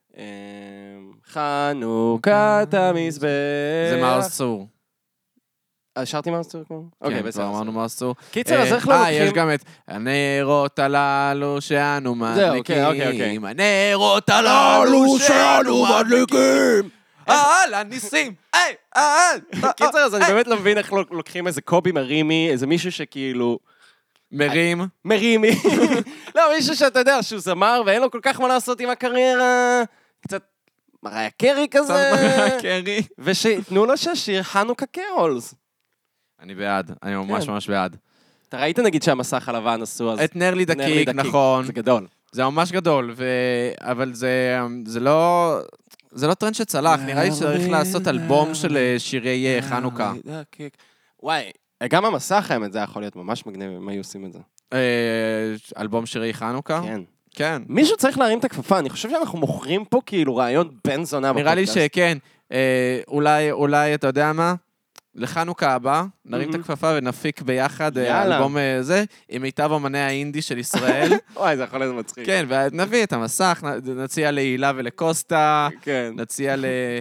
חנוכת המזבח. זה מרס צור. שרתי מרס צור כמו? כן, כבר אמרנו מרס צור. קיצר, אז איך לא לוקחים... אה, יש גם את הנרות הללו שאנו מדליקים. הנרות הללו שאנו מדליקים. אהל, הניסים. קיצר, אז אני באמת לא מבין איך לוקחים איזה קובי מרימי, איזה מישהו שכאילו... מרים. מרימי. לא, מישהו שאתה יודע שהוא זמר, ואין לו כל כך מה לעשות עם הקריירה. קצת מריה קרי כזה. קצת מריה קרי. ושיתנו לו ששיר חנוכה קרולס. אני בעד, אני ממש ממש בעד. אתה ראית נגיד שהמסך הלבן עשו אז... את נר לי דקיק, נכון. זה גדול. זה ממש גדול, אבל זה לא... זה לא טרנד שצלח, נראה לי שצריך לעשות אלבום של שירי חנוכה. וואי. גם המסך האמת, זה יכול להיות ממש מגניב, אם היו עושים את זה. אלבום שירי חנוכה? כן. כן. מישהו צריך להרים את הכפפה, אני חושב שאנחנו מוכרים פה כאילו רעיון בן זונה בפודקאסט. נראה לי שכן. אה, אולי, אולי, אתה יודע מה? לחנוכה הבא, נרים את הכפפה ונפיק ביחד יאללה. אלבום זה, עם מיטב אומני האינדי של ישראל. וואי, זה יכול להיות מצחיק. כן, ונביא את המסך, נציע להילה ולקוסטה, כן. נציע ל...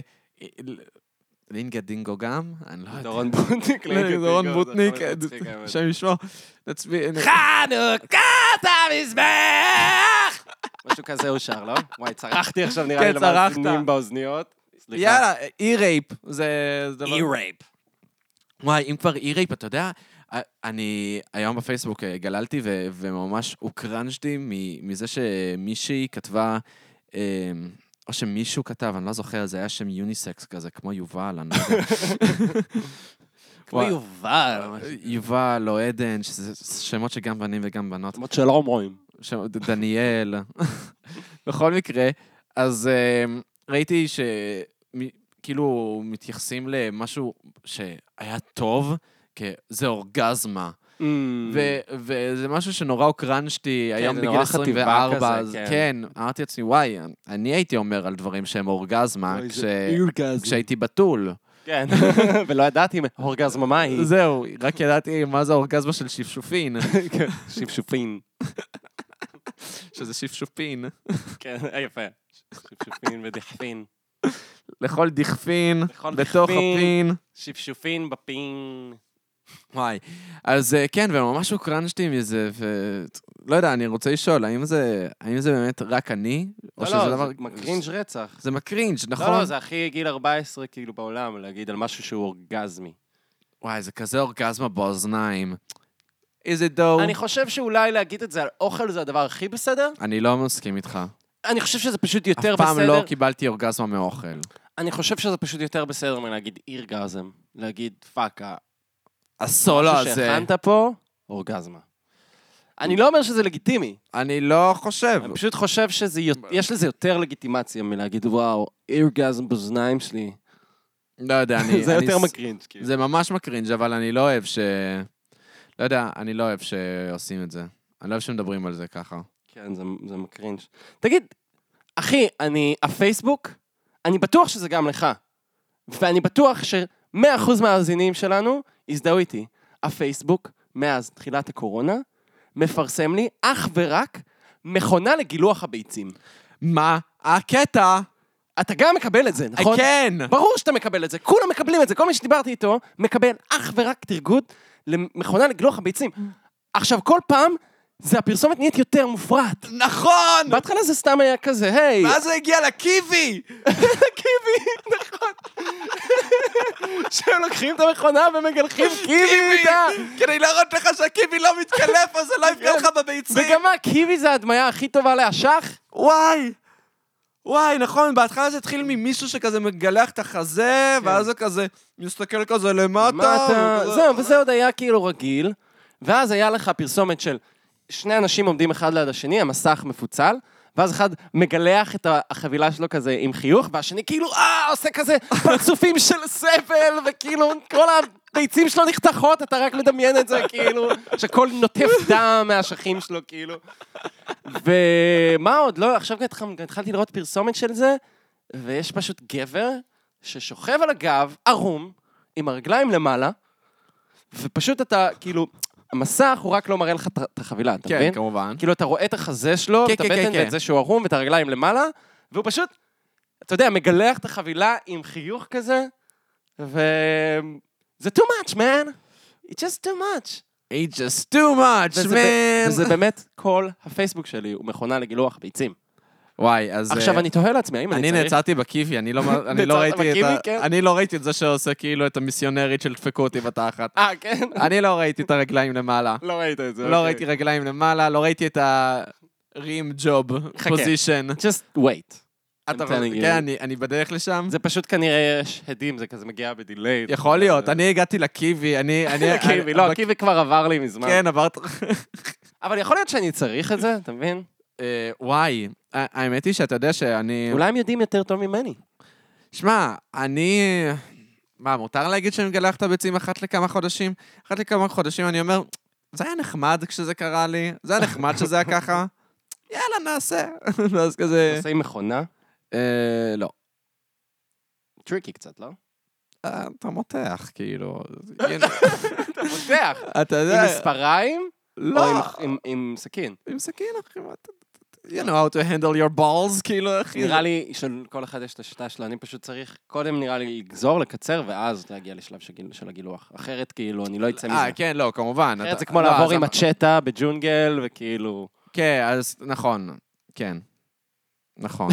לינגה דינגו גם? אני לא יודע. דורון בוטניק. דורון בוטניק, שם ישמור. נצביע... חנוכת המזבח! משהו כזה הוא שר, לא? וואי, צרחתי עכשיו נראה לי כן, צרחת. למאזינים באוזניות. סליחה. יאללה, אי-רייפ. זה דבר... אי-רייפ. וואי, אם כבר אי-רייפ, אתה יודע, אני היום בפייסבוק גללתי ו- וממש הוקרנג'תי מזה שמישהי כתבה, או שמישהו כתב, אני לא זוכר, זה היה שם יוניסקס כזה, כמו יובל, אני לא יודע. כמו יובל. יובל או עדן, שזה שמות שגם בנים וגם בנות. שמות של הומואים. דניאל. בכל מקרה, אז ראיתי ש... כאילו מתייחסים למשהו שהיה טוב, זה אורגזמה. וזה משהו שנורא הוקרנשתי היום בגיל עשרים וארבע. כן, אמרתי לעצמי, וואי, אני הייתי אומר על דברים שהם אורגזמה, כשהייתי בטול. כן, ולא ידעתי אורגזמה מה היא. זהו, רק ידעתי מה זה אורגזמה של שפשופין. שפשופין. שזה שפשופין. כן, יפה. שפשופין ודחפין. לכל דחפין, בתוך הפין. שפשופין בפין. וואי, אז כן, וממש הוקרנשתי מזה, ולא יודע, אני רוצה לשאול, האם זה, האם זה באמת רק אני? לא, לא, זה מקרינג' רצח. זה מקרינג', נכון? לא, לא, זה הכי גיל ארבע עשרה כאילו בעולם, להגיד על משהו שהוא אורגזמי. וואי, זה כזה אורגזמה באוזניים. is it though? אני חושב שאולי להגיד את זה על אוכל זה הדבר הכי בסדר. אני לא מסכים איתך. אני חושב שזה פשוט יותר בסדר. אף פעם לא קיבלתי אורגזמה מאוכל. אני חושב שזה פשוט יותר בסדר מלהגיד אירגזם. להגיד, פאק, הסולו הזה. משהו שהכנת פה, אורגזמה. אני לא אומר שזה לגיטימי. אני לא חושב. אני פשוט חושב שיש לזה יותר לגיטימציה מלהגיד, וואו, אירגזם באוזניים שלי. לא יודע, אני... זה יותר מקרינג'. זה ממש מקרינג', אבל אני לא אוהב ש... לא יודע, אני לא אוהב שעושים את זה. אני לא אוהב שמדברים על זה ככה. כן, זה, זה מקרינג'. תגיד, אחי, אני, הפייסבוק, אני בטוח שזה גם לך. ואני בטוח ש-מאה אחוז מהאזינים שלנו הזדהו איתי. הפייסבוק, מאז תחילת הקורונה, מפרסם לי אך ורק מכונה לגילוח הביצים. מה? הקטע? אתה גם מקבל את זה, נכון? כן. ברור שאתה מקבל את זה. כולם מקבלים את זה. כל מי שדיברתי איתו מקבל אך ורק תרגות למכונה לגילוח הביצים. עכשיו, כל פעם... זה הפרסומת נהיית יותר מופרט. נכון! בהתחלה זה סתם היה כזה, היי. ואז זה הגיע לקיבי! קיבי, נכון. שהם לוקחים את המכונה ומגלחים קיבי איתה. כדי להראות לך שהקיבי לא מתקלף, אז זה לא יפגע לך בביצים. וגם מה, קיבי זה הדמיה הכי טובה לאשך? וואי! וואי, נכון, בהתחלה זה התחיל ממישהו שכזה מגלח את החזה, ואז זה כזה מסתכל כזה למטה. זהו, וזה עוד היה כאילו רגיל. ואז היה לך פרסומת של... שני אנשים עומדים אחד ליד השני, המסך מפוצל, ואז אחד מגלח את החבילה שלו כזה עם חיוך, והשני כאילו, אה, עושה כזה פרצופים של סבל, וכאילו כל הביצים שלו נחתכות, אתה רק מדמיין את זה, כאילו, שכל נוטף דם מהשכים שלו, כאילו. ומה עוד? לא, עכשיו התחלתי לראות פרסומת של זה, ויש פשוט גבר ששוכב על הגב, ערום, עם הרגליים למעלה, ופשוט אתה, כאילו... המסך הוא רק לא מראה לך את החבילה, אתה מבין? כן, כמובן. כאילו אתה רואה את החזה שלו, את הבטן ואת זה שהוא ערום ואת הרגליים למעלה, והוא פשוט, אתה יודע, מגלח את החבילה עם חיוך כזה, ו... זה too much, man. It's just too much. It's just too much, man. וזה באמת כל הפייסבוק שלי, הוא מכונה לגילוח ביצים. וואי, אז... עכשיו אני תוהה לעצמי, האם אני צריך... אני נעצרתי בקיבי, אני לא ראיתי את זה שעושה כאילו את המיסיונרית של דפקו אותי בתחת. אה, כן? אני לא ראיתי את הרגליים למעלה. לא ראית את זה, לא ראיתי רגליים למעלה, לא ראיתי את ה-rim job position. Just wait. כן, אני בדרך לשם. זה פשוט כנראה יש הדים, זה כזה מגיע בדיליי. יכול להיות, אני הגעתי לקיבי, אני... קיבי, לא, קיבי כבר עבר לי מזמן. כן, עברת... אבל יכול להיות שאני צריך את זה, אתה מבין? וואי, האמת היא שאתה יודע שאני... אולי הם יודעים יותר טוב ממני. שמע, אני... מה, מותר להגיד שאני מגלח את הביצים אחת לכמה חודשים? אחת לכמה חודשים אני אומר, זה היה נחמד כשזה קרה לי, זה היה נחמד שזה היה ככה. יאללה, יאללה, נעשה. ואז כזה... עושה עם מכונה? לא. טריקי קצת, לא? אתה מותח, כאילו. אתה מותח. אתה יודע... עם מספריים? לא. או עם סכין? עם סכין, אחי, מה אתה... You know how to handle your balls, כאילו, אחי. נראה לי שכל אחד יש את השיטה שלו, אני פשוט צריך, קודם נראה לי לגזור, לקצר, ואז להגיע לשלב של הגילוח. אחרת, כאילו, אני לא אצא מזה. אה, כן, לא, כמובן. אחרת זה כמו לעבור עם הצ'טה בג'ונגל, וכאילו... כן, אז נכון, כן. נכון.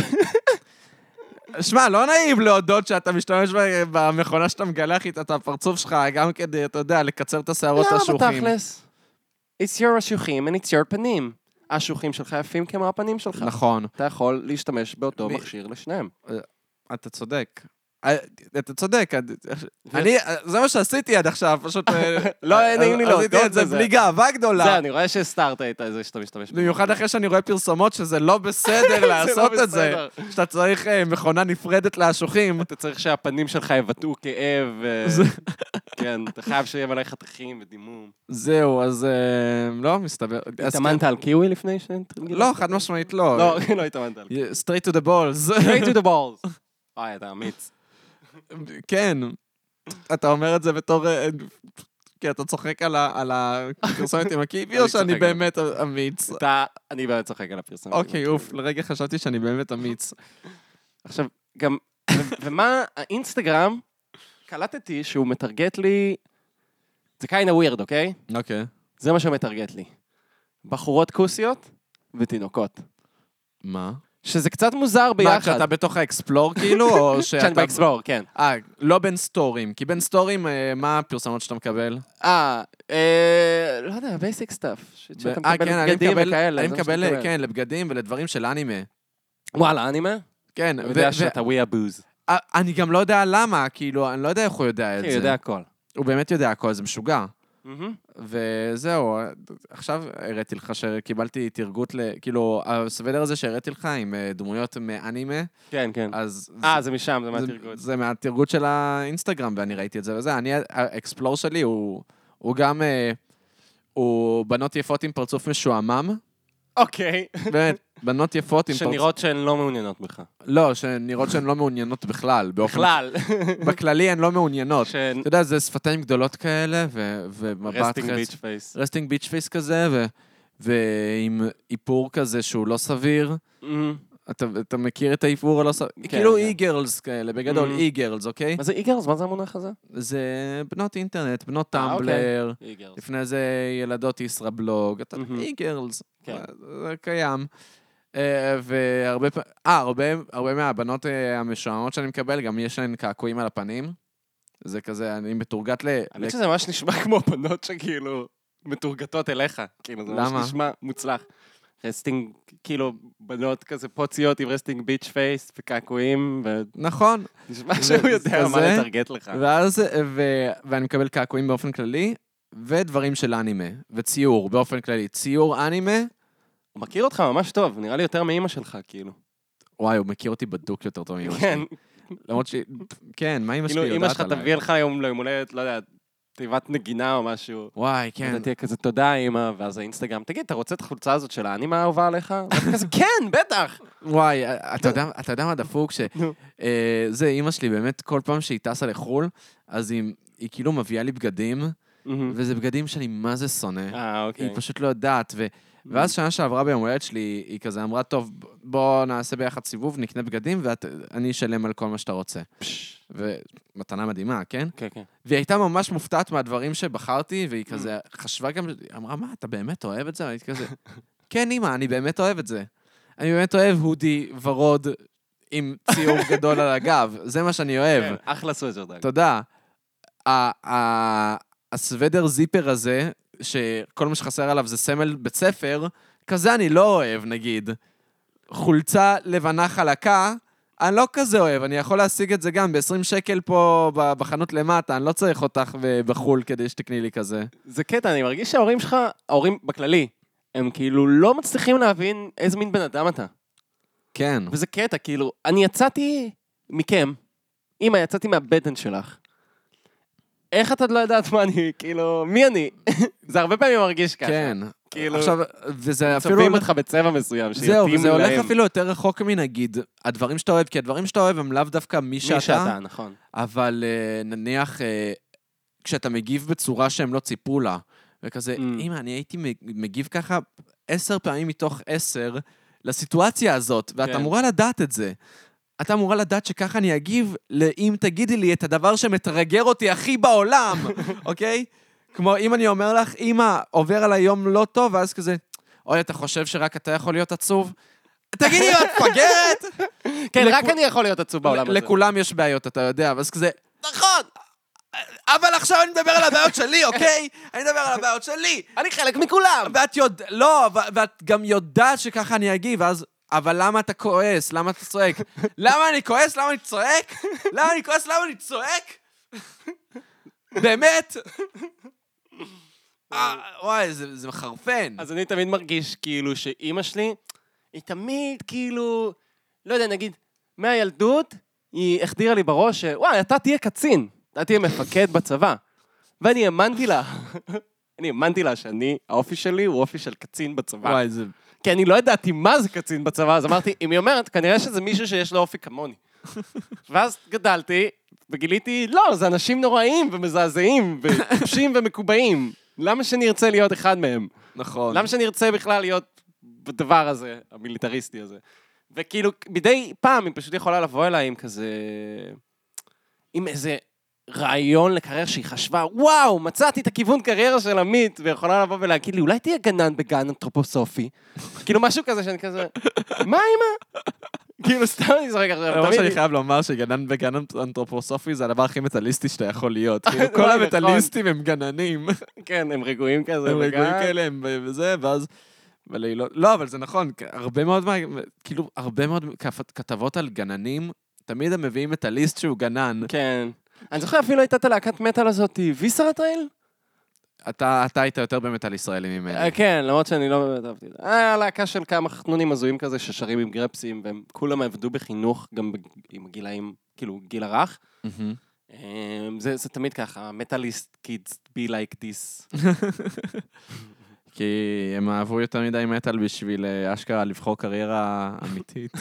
שמע, לא נעים להודות שאתה משתמש במכונה שאתה מגלח איתה את הפרצוף שלך, גם כדי, אתה יודע, לקצר את השערות השוחים. לא, בתכלס. It's your השוחים and it's your פנים. השוחים שלך יפים כמו הפנים שלך. נכון. אתה יכול להשתמש באותו מכשיר לשניהם. אתה צודק. אתה צודק. אני, זה מה שעשיתי עד עכשיו, פשוט... לא, נעים לי להודות עשיתי את זה בלי גאווה גדולה. זה, אני רואה שהסתרת את זה שאתה משתמש. במיוחד אחרי שאני רואה פרסומות שזה לא בסדר לעשות את זה. שאתה צריך מכונה נפרדת להשוחים. אתה צריך שהפנים שלך יבטאו כאב. כן, אתה חייב שיהיה מלא חתכים ודימום. זהו, אז לא, מסתבר. התאמנת על קיווי לפני ש... לא, חד משמעית לא. לא, לא התאמנת על קיווי. Straight to the balls. Straight to the balls. אוי, אתה אמיץ. כן, אתה אומר את זה בתור... כי אתה צוחק על הפרסומת עם הקיבי, או שאני באמת אמיץ? אני באמת צוחק על הפרסומת. אוקיי, אוף, לרגע חשבתי שאני באמת אמיץ. עכשיו, גם... ומה האינסטגרם, קלטתי שהוא מטרגט לי... זה kinda weird, אוקיי? אוקיי. זה מה שהוא מטרגט לי. בחורות כוסיות ותינוקות. מה? שזה קצת מוזר ביחד. מה, כשאתה בתוך האקספלור כאילו, או שאתה... כשאני באקספלור, כן. אה, לא בין סטורים, כי בין סטורים, מה הפרסומות שאתה מקבל? אה, לא יודע, בייסיק סטאפ. שאתה מקבל בגדים וכאלה. אני מקבל, כן, לבגדים ולדברים של אנימה. וואלה, אנימה? כן. אני יודע שאתה ווי אבוז. אני גם לא יודע למה, כאילו, אני לא יודע איך הוא יודע את זה. הוא יודע הכל. הוא באמת יודע הכל, זה משוגע. וזהו, עכשיו הראיתי לך שקיבלתי תרגות, כאילו, הסוודר הזה שהראיתי לך עם דמויות מאנימה. כן, כן. אה, זה משם, זה מהתרגות. זה מהתרגות של האינסטגרם, ואני ראיתי את זה וזה. אני, האקספלור שלי הוא גם, הוא בנות יפות עם פרצוף משועמם. אוקיי. באמת, בנות יפות עם פרצוף... שנראות שהן לא מעוניינות בך. לא, שנראות שהן לא מעוניינות בכלל. בכלל. בכללי הן לא מעוניינות. אתה יודע, זה שפתיים גדולות כאלה, ומבט... רסטינג ביץ' פייס. רסטינג ביץ' פייס כזה, ועם איפור כזה שהוא לא סביר. אתה מכיר את האיפור הלא סביר? כאילו אי-גרלס כאלה, בגדול אי-גרלס, אוקיי? מה זה אי-גרלס? מה זה המונח הזה? זה בנות אינטרנט, בנות טמבלר, לפני זה ילדות ישראבלוג, אי-גרלס, זה קיים. והרבה אה, הרבה מהבנות המשועממות שאני מקבל, גם יש להן קעקועים על הפנים. זה כזה, אני מתורגת ל... אני חושב שזה ממש נשמע כמו בנות שכאילו מתורגתות אליך. כאילו, זה ממש נשמע מוצלח. רסטינג, כאילו, בנות כזה פוציות עם רסטינג ביץ' פייס וקעקועים. נכון. נשמע שהוא יודע מה לטרגט לך. ואז, ואני מקבל קעקועים באופן כללי, ודברים של אנימה, וציור באופן כללי. ציור אנימה, הוא מכיר אותך ממש טוב, נראה לי יותר מאמא שלך, כאילו. וואי, הוא מכיר אותי בדוק יותר טוב מאמא שלי. כן. למרות ש... כן, מה אמא שלי יודעת עליי? אמא שלך עליי? תביא לך היום ליום הולדת, לא יודע, תיבת נגינה או משהו. וואי, כן. אתה תהיה כזה תודה, אמא, ואז האינסטגרם, תגיד, אתה רוצה את החולצה הזאת של האנימה האהובה עליך? ואתה כזה, כן, בטח! וואי, אתה יודע מה דפוק? שזה, אמא שלי באמת, כל פעם שהיא טסה לחול, אז היא כאילו מביאה לי בגדים, וזה בגדים שאני מה זה שונא. אה, אוקיי. היא פשוט לא יודעת, ו... ואז שנה שעברה ביום הולדת שלי, היא כזה אמרה, טוב, בוא נעשה ביחד סיבוב, נקנה בגדים, ואני אשלם על כל מה שאתה רוצה. ומתנה מדהימה, כן? כן, כן. והיא הייתה ממש מופתעת מהדברים שבחרתי, והיא כזה חשבה גם, אמרה, מה, אתה באמת אוהב את זה? והייתי כזה, כן, אמא, אני באמת אוהב את זה. אני באמת אוהב הודי ורוד עם ציור גדול על הגב. זה מה שאני אוהב. כן, אחלה סוויזר דאג. תודה. הסוודר זיפר הזה, שכל מה שחסר עליו זה סמל בית ספר, כזה אני לא אוהב, נגיד. חולצה לבנה חלקה, אני לא כזה אוהב, אני יכול להשיג את זה גם ב-עשרים שקל פה בחנות למטה, אני לא צריך אותך בחול כדי שתקני לי כזה. זה קטע, אני מרגיש שההורים שלך, ההורים בכללי, הם כאילו לא מצליחים להבין איזה מין בן אדם אתה. כן. וזה קטע, כאילו, אני יצאתי מכם, אמא, יצאתי מהבטן שלך. איך אתה לא יודעת מה אני, כאילו, מי אני? זה הרבה פעמים מרגיש ככה. כן. כאילו, עכשיו, וזה אפילו... צובעים אותך בצבע מסוים, שיתאים להם. זהו, וזה הולך אפילו יותר רחוק מנגיד, הדברים שאתה אוהב, כי הדברים שאתה אוהב הם לאו דווקא מי שאתה. מי שאתה, נכון. אבל נניח, כשאתה מגיב בצורה שהם לא ציפו לה, וכזה, אמא, אני הייתי מגיב ככה עשר פעמים מתוך עשר לסיטואציה הזאת, ואת אמורה לדעת את זה. אתה אמורה לדעת שככה אני אגיב, אם תגידי לי את הדבר שמתרגר אותי הכי בעולם, אוקיי? כמו אם אני אומר לך, אמא, עובר על היום לא טוב, ואז כזה, אוי, אתה חושב שרק אתה יכול להיות עצוב? תגידי, את פגרת? כן, רק אני יכול להיות עצוב בעולם הזה. לכולם יש בעיות, אתה יודע, ואז כזה, נכון, אבל עכשיו אני מדבר על הבעיות שלי, אוקיי? אני מדבר על הבעיות שלי. אני חלק מכולם. ואת יודע, לא, ואת גם יודעת שככה אני אגיב, ואז, אבל למה אתה כועס? למה אתה צועק? למה אני כועס? למה אני צועק? למה אני כועס? למה אני צועק? באמת? וואי, זה מחרפן. אז אני תמיד מרגיש כאילו שאימא שלי, היא תמיד כאילו, לא יודע, נגיד, מהילדות, היא החדירה לי בראש שוואי, אתה תהיה קצין, אתה תהיה מפקד בצבא. ואני האמנתי לה, אני האמנתי לה שאני, האופי שלי הוא אופי של קצין בצבא. וואי, זה... כי אני לא ידעתי מה זה קצין בצבא, אז אמרתי, אם היא אומרת, כנראה שזה מישהו שיש לו אופי כמוני. ואז גדלתי, וגיליתי, לא, זה אנשים נוראים ומזעזעים, וטיפשים ומקובעים. למה שאני ארצה להיות אחד מהם? נכון. למה שאני ארצה בכלל להיות בדבר הזה, המיליטריסטי הזה? וכאילו, מדי פעם היא פשוט יכולה לבוא אליי עם כזה... עם איזה רעיון לקריירה שהיא חשבה, וואו, מצאתי את הכיוון קריירה של עמית, ויכולה לבוא ולהגיד לי, אולי תהיה גנן בגן אנתרופוסופי? כאילו משהו כזה שאני כזה, מה אמא? כאילו סתם אני זורק עכשיו. למרות שאני חייב לומר שגנן בגן אנתרופוסופי זה הדבר הכי מטליסטי שאתה יכול להיות. כאילו כל המטליסטים הם גננים. כן, הם רגועים כזה. הם רגועים כאלה, הם וזה, ואז... לא, אבל זה נכון, הרבה מאוד, כאילו, הרבה מאוד כתבות על גננים, תמיד הם מביאים מטליסט שהוא גנן. כן. אני זוכר אפילו הייתה את הלהקת מטל הזאת, ויסרת רייל? אתה היית יותר באמת על ישראלי ממני. כן, למרות שאני לא באמת אהבתי את זה. היה להקה של כמה חנונים הזויים כזה ששרים עם גרפסים, והם כולם עבדו בחינוך, גם עם הגילאים, כאילו, גיל הרך. זה תמיד ככה, מטליסט kids be like this. כי הם אהבו יותר מדי מטל בשביל אשכרה לבחור קריירה אמיתית.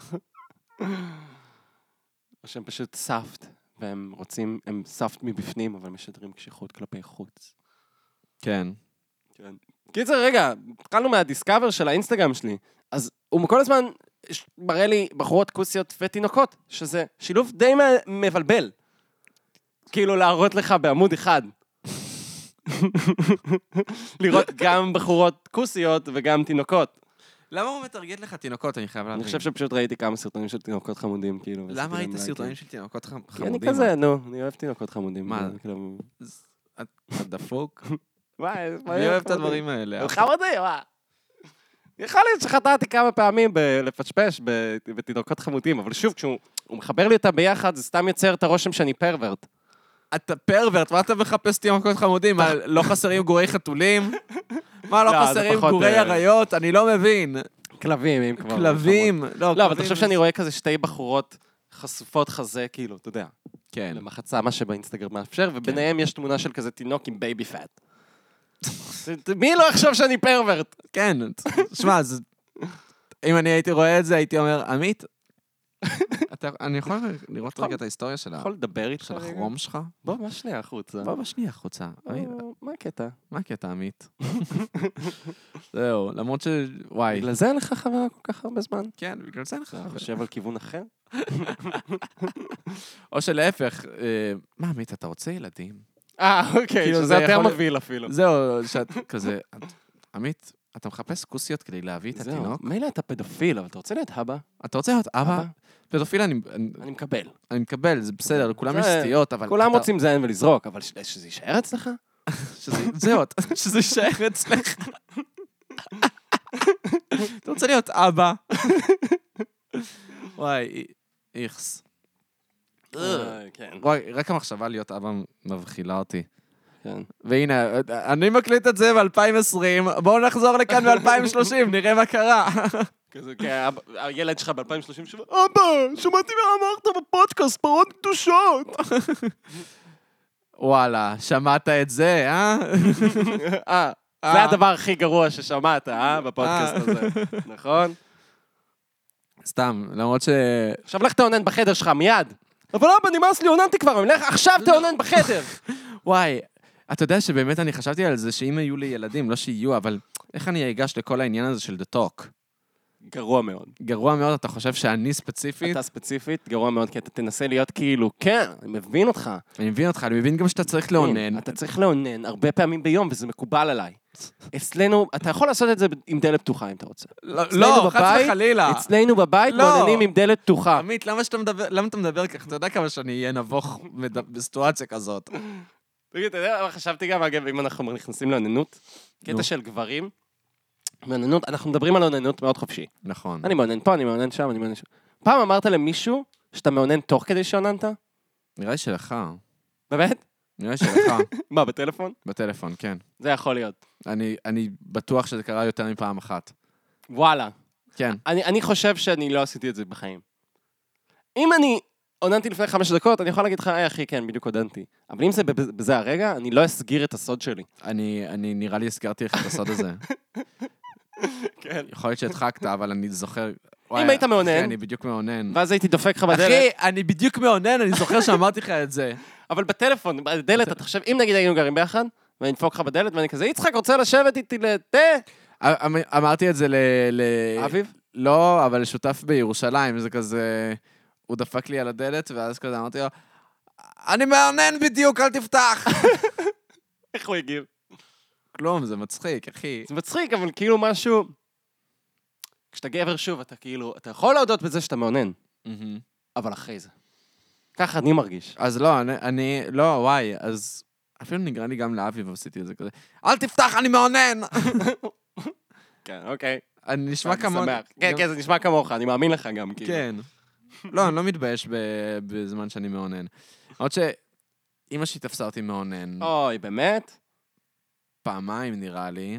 או שהם פשוט ספט, והם רוצים, הם ספט מבפנים, אבל משדרים קשיחות כלפי חוץ. כן. כן. קיצר, רגע, התחלנו מהדיסקאבר של האינסטגרם שלי, אז הוא כל הזמן מראה לי בחורות כוסיות ותינוקות, שזה שילוב די מבלבל. כאילו להראות לך בעמוד אחד. לראות גם בחורות כוסיות וגם תינוקות. למה הוא מתרגט לך תינוקות? אני חייב להבין. אני חושב שפשוט ראיתי כמה סרטונים של תינוקות חמודים, כאילו. למה ראית סרטונים של תינוקות חמודים? כי אני כזה, נו, אני אוהב תינוקות חמודים. מה? אתה דפוק? וואי, אני אוהב את הדברים האלה. חמודי, וואי. יכול להיות שחטאתי כמה פעמים לפשפש בתינוקות חמודים, אבל שוב, כשהוא מחבר לי אותם ביחד, זה סתם יוצר את הרושם שאני פרוורט. אתה פרוורט, מה אתה מחפש תינוקות חמודים? מה, לא חסרים גורי חתולים? מה, לא חסרים גורי אריות? אני לא מבין. כלבים, אם כבר. כלבים. לא, אבל אתה חושב שאני רואה כזה שתי בחורות חשופות חזה, כאילו, אתה יודע. כן. למחצה, מה שבאינסטגרם מאפשר, וביניהם יש תמונה של כזה תינוק עם בייבי פאט. מי לא יחשוב שאני פרוורט? כן, שמע, אם אני הייתי רואה את זה, הייתי אומר, עמית, אני יכול לראות רגע את ההיסטוריה של יכול לדבר איתך של החרום שלך? בוא, מה שנייה החוצה? בוא, בשנייה החוצה. מה הקטע? מה הקטע, עמית? זהו, למרות ש... וואי. בגלל זה אין לך חברה כל כך הרבה זמן? כן, בגלל זה אין לך חברה. אתה חושב על כיוון אחר? או שלהפך, מה, עמית, אתה רוצה ילדים? אה, אוקיי, שזה יותר מבהיל אפילו. זהו, שאת כזה... עמית, אתה מחפש כוסיות כדי להביא את התינוק? מילא אתה פדופיל, אבל אתה רוצה להיות אבא? אתה רוצה להיות אבא? פדופיל אני... אני מקבל. אני מקבל, זה בסדר, לכולם יש סטיות, אבל... כולם רוצים זיין ולזרוק, אבל שזה יישאר אצלך? זהו, שזה יישאר אצלך. אתה רוצה להיות אבא? וואי, איכס. וואי, רק המחשבה להיות אבא מבחילה אותי. והנה, אני מקליט את זה ב-אלפיים ועשרים, בואו נחזור לכאן ב-אלפיים ושלושים, נראה מה קרה. כזה, הילד שלך ב-אלפיים ושלושים שבע, אבא, שמעתי מה אמרת בפודקאסט, פרות קדושות. וואלה, שמעת את זה, אה? אה, זה הדבר הכי גרוע ששמעת, אה? בפודקאסט הזה. נכון? סתם, למרות ש... עכשיו לך תאונן בחדר שלך, מיד. אבל אבא, נמאס לי, אוננתי כבר, אני אלך עכשיו תאונן בחדר. וואי, אתה יודע שבאמת אני חשבתי על זה שאם היו לי ילדים, לא שיהיו, אבל איך אני אגש לכל העניין הזה של The Talk? גרוע מאוד. גרוע מאוד, אתה חושב שאני ספציפית? אתה ספציפית, גרוע מאוד, כי אתה תנסה להיות כאילו, כן, אני מבין אותך. אני מבין אותך, אני מבין גם שאתה צריך לאונן. אתה צריך לאונן הרבה פעמים ביום, וזה מקובל עליי. אצלנו, אתה יכול לעשות את זה עם דלת פתוחה, אם אתה רוצה. לא, חס וחלילה. אצלנו בבית מאוננים עם דלת פתוחה. עמית, למה אתה מדבר כך? אתה יודע כמה שאני אהיה נבוך בסיטואציה כזאת. תגיד, אתה יודע, חשבתי גם, אגב, אם אנחנו נכנסים לאוננות, קטע של גברים, מאוננות, אנחנו מדברים על אוננות מאוד חופשי. נכון. אני מאונן פה, אני מאונן שם, אני מאונן שם. פעם אמרת למישהו שאתה מאונן תוך כדי שאוננת? נראה לי שלך. באמת? נראה לי שלך. מה, בטלפון? בטלפון, כן. זה יכול להיות. אני, אני בטוח שזה קרה יותר מפעם אחת. וואלה. כן. אני, אני חושב שאני לא עשיתי את זה בחיים. אם אני עוננתי לפני חמש דקות, אני יכול להגיד לך, היי אחי, כן, בדיוק עודנתי. אבל אם זה בזה הרגע, אני לא אסגיר את הסוד שלי. אני, אני נראה לי הסגרתי לך את הסוד הזה. כן. יכול להיות שהדחקת, אבל אני זוכר... אם היית מאונן... אחי, אני בדיוק מאונן. ואז הייתי דופק לך בדלת. אחי, אני בדיוק מאונן, אני זוכר שאמרתי לך את זה. אבל בטלפון, בדלת, אתה חושב, אם נגיד היינו גרים ביחד, ואני נדפוק לך בדלת, ואני כזה, יצחק, רוצה לשבת איתי לתה? אמרתי את זה ל... אביב? לא, אבל שותף בירושלים, זה כזה... הוא דפק לי על הדלת, ואז כזה אמרתי לו, אני מאונן בדיוק, אל תפתח. איך הוא הגיב? כלום, זה מצחיק, אחי. זה מצחיק, אבל כאילו משהו... כשאתה גבר שוב, אתה כאילו... אתה יכול להודות בזה שאתה מאונן, אבל אחרי זה. ככה אני מרגיש. אז לא, אני... אני לא, וואי, אז... אפילו נגרע לי גם לאביב ועשיתי את זה כזה, אל תפתח, אני מאונן! כן, אוקיי. אני נשמע כמוך. כן, כן, זה נשמע כמוך, אני מאמין לך גם, כאילו. כן. לא, אני לא מתבייש בזמן שאני מאונן. עוד שאמא שלי תפסה אותי מאונן. אוי, באמת? פעמיים נראה לי.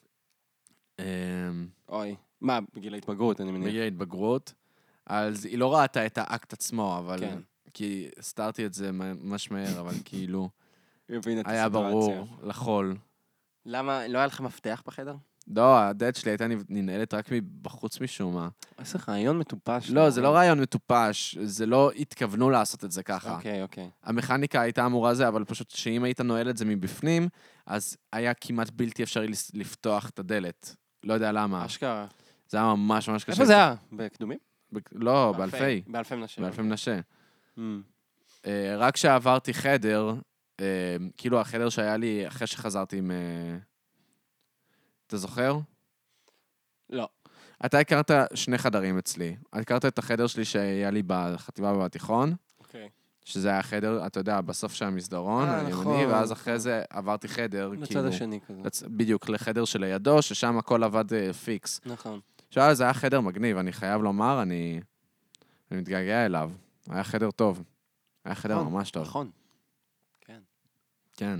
אוי, מה, בגיל ההתבגרות, אני מניח. בגיל ההתבגרות. אז היא לא ראתה את האקט עצמו, אבל... כן. כי הסתרתי את זה ממש מהר, אבל כאילו... היה ברור, לחול. למה, לא היה לך מפתח בחדר? לא, הדלת שלי הייתה ננעלת רק מבחוץ משום מה. איזה רעיון מטופש. לא, זה לא רעיון מטופש, זה לא התכוונו לעשות את זה ככה. אוקיי, אוקיי. המכניקה הייתה אמורה זה, אבל פשוט שאם היית נועל את זה מבפנים, אז היה כמעט בלתי אפשרי לפתוח את הדלת. לא יודע למה. אשכרה. זה היה ממש ממש קשה. איפה זה היה? בקדומים? לא, באלפי. באלפי מנשה. באלפי מנשה. רק כשעברתי חדר, כאילו החדר שהיה לי אחרי שחזרתי עם... אתה זוכר? לא. אתה הכרת שני חדרים אצלי. הכרת את החדר שלי שהיה לי בחטיבה ובתיכון. אוקיי. שזה היה חדר, אתה יודע, בסוף של המסדרון, הימני, ואז אחרי זה עברתי חדר, לצד כאילו... השני כזה. בדיוק, לחדר שלידו, ששם הכל עבד פיקס. נכון. עכשיו, זה היה חדר מגניב, אני חייב לומר, אני... אני מתגעגע אליו. היה חדר טוב. היה חדר ממש טוב. נכון. כן. כן.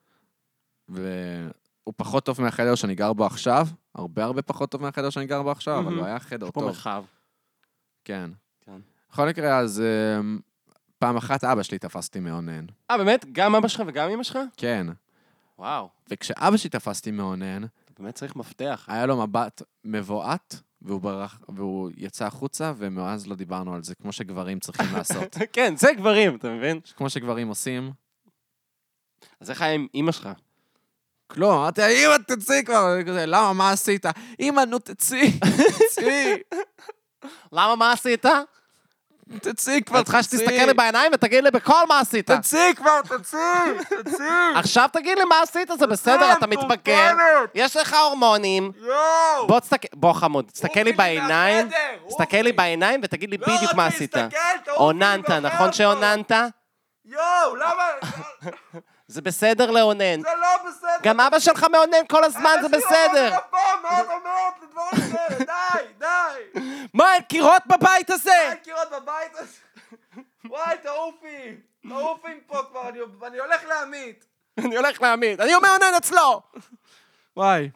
והוא פחות טוב מהחדר שאני גר בו עכשיו, הרבה הרבה פחות טוב מהחדר שאני גר בו עכשיו, אבל הוא היה חדר טוב. יש פה מרחב. כן. כן. בכל מקרה, אז פעם אחת אבא שלי תפסתי מאונן. אה, באמת? גם אבא שלך וגם אמא שלך? כן. וואו. וכשאבא שלי תפסתי מאונן, אתה באמת צריך מפתח. היה לו מבט מבועת, והוא, ברח, והוא יצא החוצה, ומאז לא דיברנו על זה, כמו שגברים צריכים לעשות. כן, זה גברים, אתה מבין? כמו שגברים עושים. אז איך היה עם אמא שלך? כלום, אמרתי, אמא, תצאי כבר. למה, מה עשית? אמא, נו, תצאי, תצאי. למה, מה עשית? תצאי כבר, צריכה שתסתכל לי בעיניים ותגיד לי בכל מה עשית. תצאי כבר, תצאי, תצאי. עכשיו תגיד לי מה עשית, זה בסדר, אתה מתבגר. יש לך הורמונים. בוא תסתכל, בוא חמוד, תסתכל לי בעיניים, תסתכל לי בעיניים ותגיד לי בדיוק מה עשית. עוננת, נכון שעוננת? יואו, למה? זה בסדר לאונן. זה לא בסדר. גם אבא שלך מאונן כל הזמן, זה בסדר. מאוד אומרת לדברים כאלה, די, די. מה, אין קירות בבית הזה? אין קירות בבית הזה? וואי, תעופי. תעופי פה כבר, אני הולך לעמית. אני הולך לעמית. אני מאונן אצלו. וואי.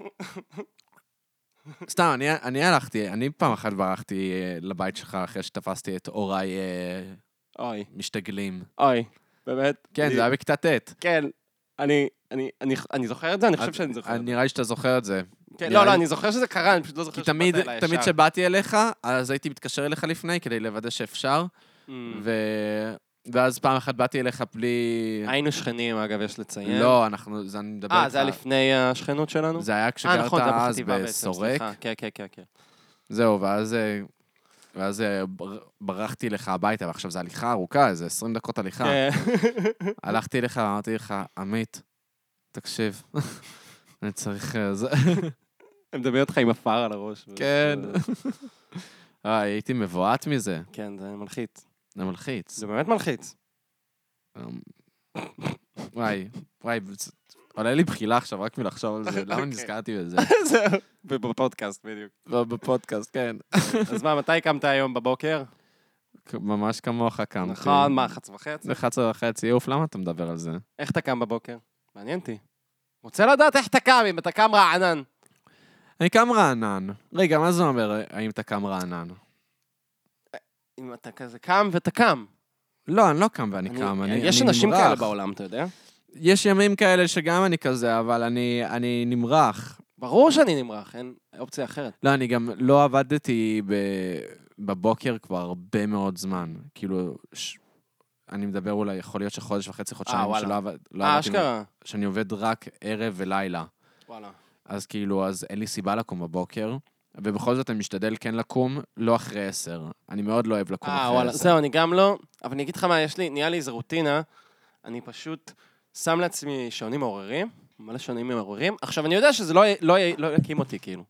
סתם, אני הלכתי, אני פעם אחת ברחתי לבית שלך אחרי שתפסתי את אוריי משתגלים. אוי, באמת? כן, זה היה בכיתה ט'. כן. אני, אני, אני, אני זוכר את זה, אני חושב שאני זוכר. נראה לי שאתה זוכר את זה. כן, לא, לא, אני זוכר שזה קרה, אני פשוט לא זוכר כי תמיד, תמיד שבאתי אליך, אז הייתי מתקשר אליך לפני, כדי לוודא שאפשר, ו... ואז פעם אחת באתי אליך בלי... היינו שכנים, אגב, יש לציין. לא, אנחנו, זה אני מדבר אה, זה היה לפני השכנות שלנו? זה היה כשגרת אז בסורק. כן, כן, כן, כן. זהו, ואז... ואז ברחתי לך הביתה, ועכשיו זו הליכה ארוכה, איזה עשרים דקות הליכה. הלכתי לך, אמרתי לך, עמית, תקשיב, אני צריך... אני מדבר אותך עם אפר על הראש. כן. הייתי מבועת מזה. כן, זה מלחיץ. זה מלחיץ. זה באמת מלחיץ. וואי, וואי, עולה לי בחילה עכשיו, רק מלחשוב על זה, למה נזכרתי בזה? זהו, בפודקאסט בדיוק. בפודקאסט, כן. אז מה, מתי קמת היום בבוקר? ממש כמוך קמתי. נכון, מה, אחת עשרה וחצי? אחת עשרה וחצי, יוף, למה אתה מדבר על זה? איך אתה קם בבוקר? מעניין אותי. רוצה לדעת איך אתה קם, אם אתה קם רענן. אני קם רענן. רגע, מה זה אומר, האם אתה קם רענן? אם אתה כזה קם ואתה קם. לא, אני לא קם ואני קם, אני נמרח. יש אנשים כאלה בעולם, אתה יודע? יש ימים כאלה שגם אני כזה, אבל אני נמרח. ברור שאני נמרח, אין אופציה אחרת. לא, אני גם לא עבדתי בבוקר כבר הרבה מאוד זמן. כאילו, אני מדבר אולי, יכול להיות שחודש וחצי, חודשיים, שלא עבדתי. אה, אשכרה. שאני עובד רק ערב ולילה. וואלה. אז כאילו, אז אין לי סיבה לקום בבוקר, ובכל זאת אני משתדל כן לקום, לא אחרי עשר. אני מאוד לא אוהב לקום אחרי עשר. אה, וואלה, זהו, אני גם לא, אבל אני אגיד לך מה, יש לי, נהיה לי איזו רוטינה, אני פשוט שם לעצמי שעונים מעוררים, מלא שעונים מעוררים, עכשיו אני יודע שזה לא, לא, לא יקים אותי, כאילו.